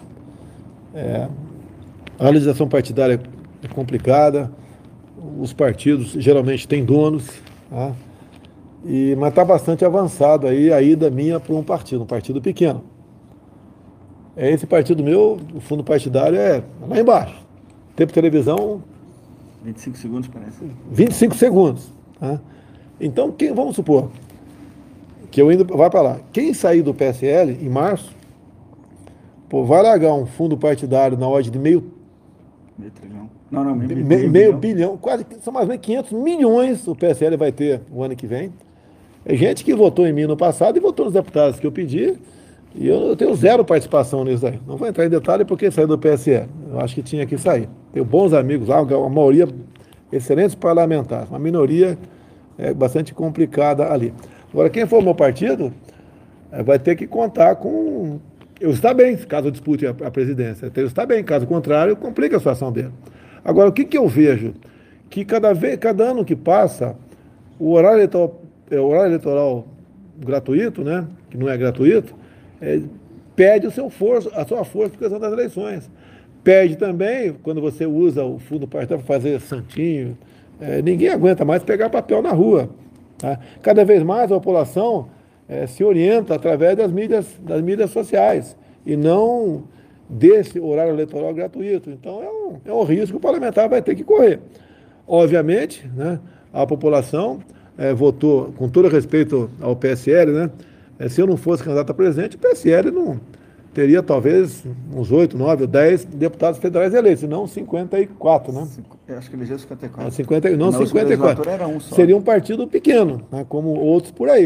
A legislação partidária é complicada, os partidos geralmente têm donos, tá? Mas está bastante avançado aí a ida minha para um partido pequeno. Esse partido meu, o fundo partidário é lá embaixo. Tempo de televisão... 25 segundos, parece. 25 segundos. Tá? Então, vamos supor que eu indo vai para lá. Quem sair do PSL em março, vai largar um fundo partidário na ordem de meio trilhão. Não, meio bilhão, quase, são mais ou menos 500 milhões o PSL vai ter o ano que vem. É gente que votou em mim no passado e votou nos deputados que eu pedi, e eu tenho zero participação nisso aí. Não vou entrar em detalhe porque saiu do PSL. Eu acho que tinha que sair. Tenho bons amigos lá, a maioria excelentes parlamentares, uma minoria bastante complicada ali. Agora, quem for o meu partido vai ter que contar com... Eu estar bem, caso eu dispute a presidência. Eu estar bem, caso contrário, complica a situação dele. Agora, o que eu vejo? Que cada ano que passa, o horário eleitoral gratuito, né, que não é gratuito, perde a sua força por questão das eleições. Perde também quando você usa o fundo partidário para fazer santinho. Ninguém aguenta mais pegar papel na rua. Tá? Cada vez mais a população se orienta através das mídias sociais e não desse horário eleitoral gratuito. Então é um risco que o parlamentar vai ter que correr. Obviamente, né, a população votou, com todo respeito ao PSL, né, se eu não fosse candidato a presidente, o PSL não teria talvez uns 8, 9 ou 10 deputados federais eleitos, não 54, né? Eu acho que elegeu 54. 54. Era um só. Seria um partido pequeno, né, como outros por aí.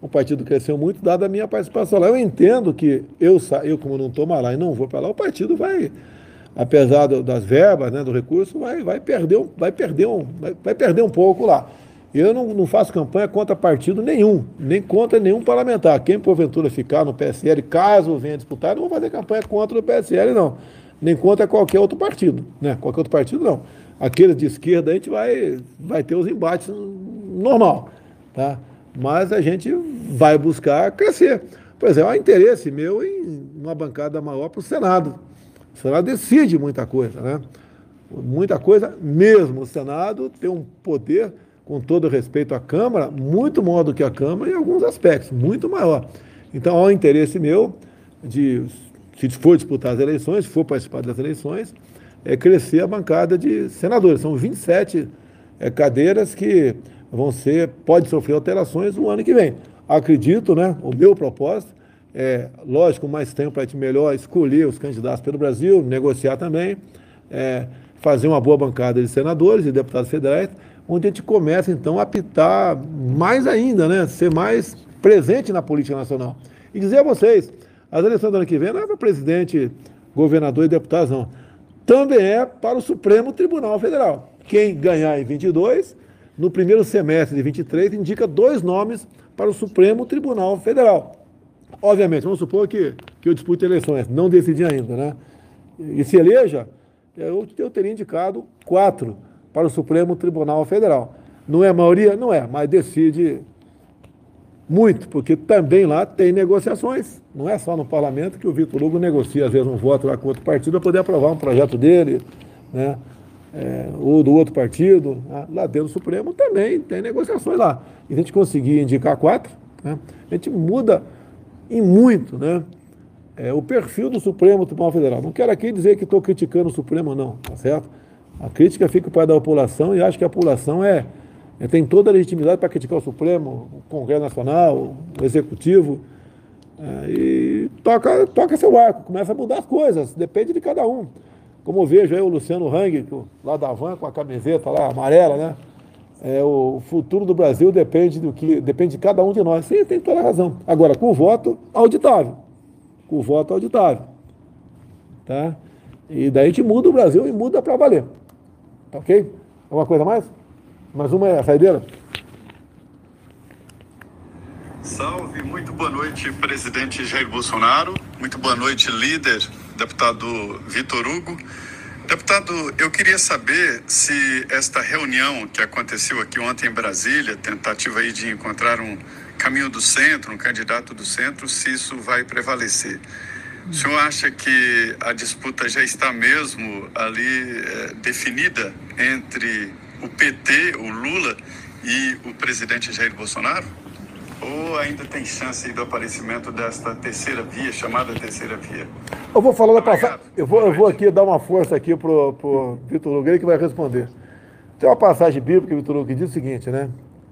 o partido cresceu muito, dada a minha participação lá. Eu entendo que eu como não estou mais lá e não vou para lá, o partido vai, apesar das verbas, né, do recurso, vai perder um pouco lá. Eu não faço campanha contra partido nenhum, nem contra nenhum parlamentar. Quem porventura ficar no PSL, caso venha disputar, eu não vou fazer campanha contra o PSL, não. Nem contra qualquer outro partido, né? Qualquer outro partido, não. Aqueles de esquerda, a gente vai ter os embates normal, tá? Mas a gente vai buscar crescer. Por exemplo, há interesse meu em uma bancada maior para o Senado. O Senado decide muita coisa, né? Muita coisa mesmo. O Senado tem um poder, com todo respeito à Câmara, muito maior do que a Câmara em alguns aspectos, muito maior. Então, há um interesse meu de, se for disputar as eleições, se for participar das eleições, crescer a bancada de senadores. São 27 cadeiras que pode sofrer alterações no ano que vem. Acredito, né, o meu propósito lógico, mais tempo para a gente melhor escolher os candidatos pelo Brasil, negociar também, fazer uma boa bancada de senadores e deputados federais, onde a gente começa, então, a apitar mais ainda, né, ser mais presente na política nacional. E dizer a vocês, as eleições do ano que vem não é para presidente, governador e deputados, não. Também é para o Supremo Tribunal Federal. Quem ganhar em 22, no primeiro semestre de 23, indica 2 nomes para o Supremo Tribunal Federal. Obviamente, vamos supor que eu dispute eleições, não decidi ainda, né? E se eleja, eu teria indicado 4 para o Supremo Tribunal Federal. Não é a maioria? Não é, mas decide muito, porque também lá tem negociações. Não é só no parlamento que o Vitor Hugo negocia, às vezes, um voto lá com outro partido para poder aprovar um projeto dele, né? Ou do outro partido. Né? Lá dentro do Supremo também tem negociações lá. E se a gente conseguir indicar 4, né, a gente muda em muito, né, o perfil do Supremo Tribunal Federal. Não quero aqui dizer que estou criticando o Supremo, não, tá certo? A crítica fica para da população e acho que a população tem toda a legitimidade para criticar o Supremo, o Congresso Nacional, o Executivo, e toca seu arco, começa a mudar as coisas, depende de cada um. Como eu vejo aí o Luciano Hang, lá da Van, com a camiseta lá amarela, né? O futuro do Brasil depende de cada um de nós. Sim, tem toda a razão. Agora, com o voto auditável. Com o voto auditável. Tá? E daí a gente muda o Brasil e muda para valer. Tá ok? Alguma coisa mais? Mais uma é a saideira? Salve, muito boa noite, presidente Jair Bolsonaro. Muito boa noite, líder, deputado Vitor Hugo. Deputado, eu queria saber se esta reunião que aconteceu aqui ontem em Brasília, tentativa aí de encontrar um caminho do centro, um candidato do centro, se isso vai prevalecer. O senhor acha que a disputa já está mesmo ali definida entre o PT, o Lula e o presidente Jair Bolsonaro? Ou ainda tem chance aí do aparecimento desta terceira via, chamada terceira via? Eu vou falar da passagem. Eu vou aqui dar uma força aqui pro Vitor Hugo, que vai responder. Tem uma passagem bíblica, Vitor Hugo, que diz o seguinte, né?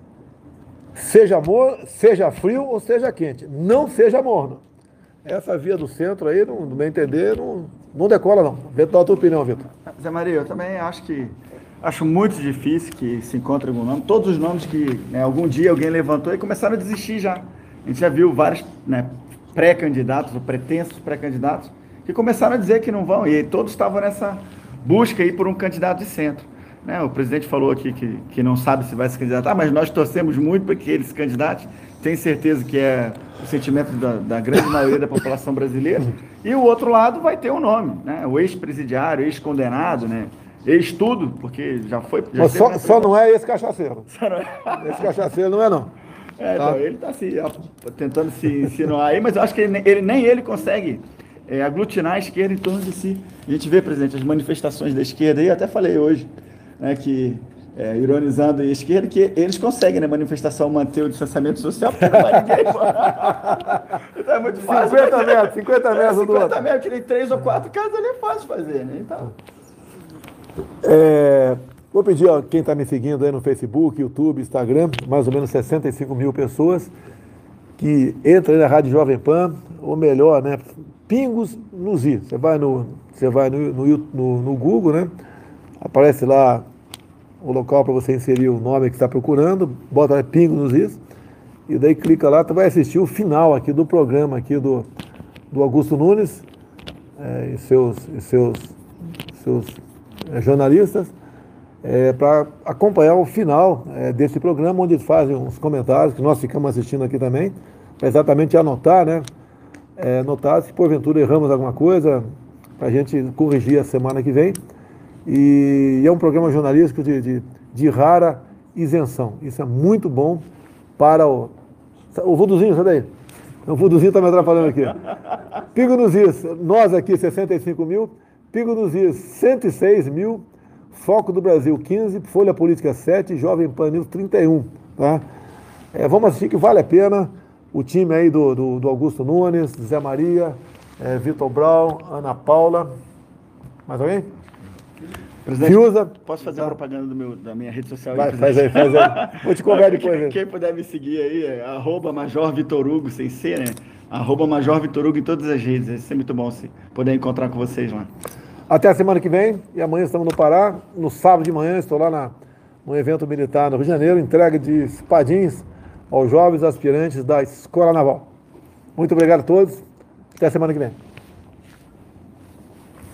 Seja frio ou seja quente, não seja morno. Essa via do centro aí, no meu entender, não decola, não. Dá a tua opinião, Vitor. Zé Maria, eu também acho muito difícil que se encontre algum nome. Todos os nomes que algum dia alguém levantou e começaram a desistir já. A gente já viu vários pré-candidatos ou pretensos pré-candidatos que começaram a dizer que não vão, e todos estavam nessa busca aí por um candidato de centro. O presidente falou aqui que não sabe se vai se candidatar, mas nós torcemos muito para que ele se candidate. Tenho certeza que é o sentimento da grande maioria da população brasileira. E o outro lado vai ter um nome, né? O ex-presidiário, ex-condenado, né? Ex-tudo, porque já foi... Mas só não é esse cachaceiro. Esse cachaceiro não é, não. Tá? Então, ele está tentando se insinuar aí, mas eu acho que nem ele consegue aglutinar a esquerda em torno de si. A gente vê, presidente, as manifestações da esquerda aí, eu até falei hoje, né, que... ironizando a esquerda, que eles conseguem, na manifestação, manter o distanciamento social, porque não vai ninguém. Então é muito fácil. 50 metros do outro. 50 metros, tirei 3 ou 4 casas, ali é fácil fazer, né? Então... Vou pedir a quem está me seguindo aí no Facebook, YouTube, Instagram, mais ou menos 65 mil pessoas, que entrem aí na Rádio Jovem Pan, ou melhor, né, Pingos nos I. Você vai no Google, né? Aparece lá o local para você inserir o nome que está procurando, bota lá Pingos nos Is, e daí clica lá, tu vai assistir o final aqui do programa aqui do Augusto Nunes e seus jornalistas, para acompanhar o final desse programa, onde eles fazem uns comentários, que nós ficamos assistindo aqui também, para exatamente anotar, né? Notar se porventura erramos alguma coisa, para a gente corrigir a semana que vem. E é um programa jornalístico de rara isenção. Isso é muito bom para o Vuduzinho, sai daí. O Vuduzinho está me atrapalhando aqui. Pingo nos Is, nós aqui 65 mil, Pingo nos Is 106 mil, Foco do Brasil 15, Folha Política 7, Jovem Pan News 31. Tá? Vamos assistir que vale a pena. O time aí do Augusto Nunes, Zé Maria, Vitor Brown, Ana Paula. Mais alguém? Presidente, Fiuza. Posso fazer a propaganda da minha rede social? Vai, faz aí. Vou te cobrar depois. Quem puder me seguir aí é @MajorVitorHugo, sem C, né? @MajorVitorHugo em todas as redes. Vai ser muito bom se poder encontrar com vocês lá. Até a semana que vem. E amanhã estamos no Pará. No sábado de manhã estou lá no evento militar no Rio de Janeiro. Entrega de espadins aos jovens aspirantes da Escola Naval. Muito obrigado a todos. Até a semana que vem.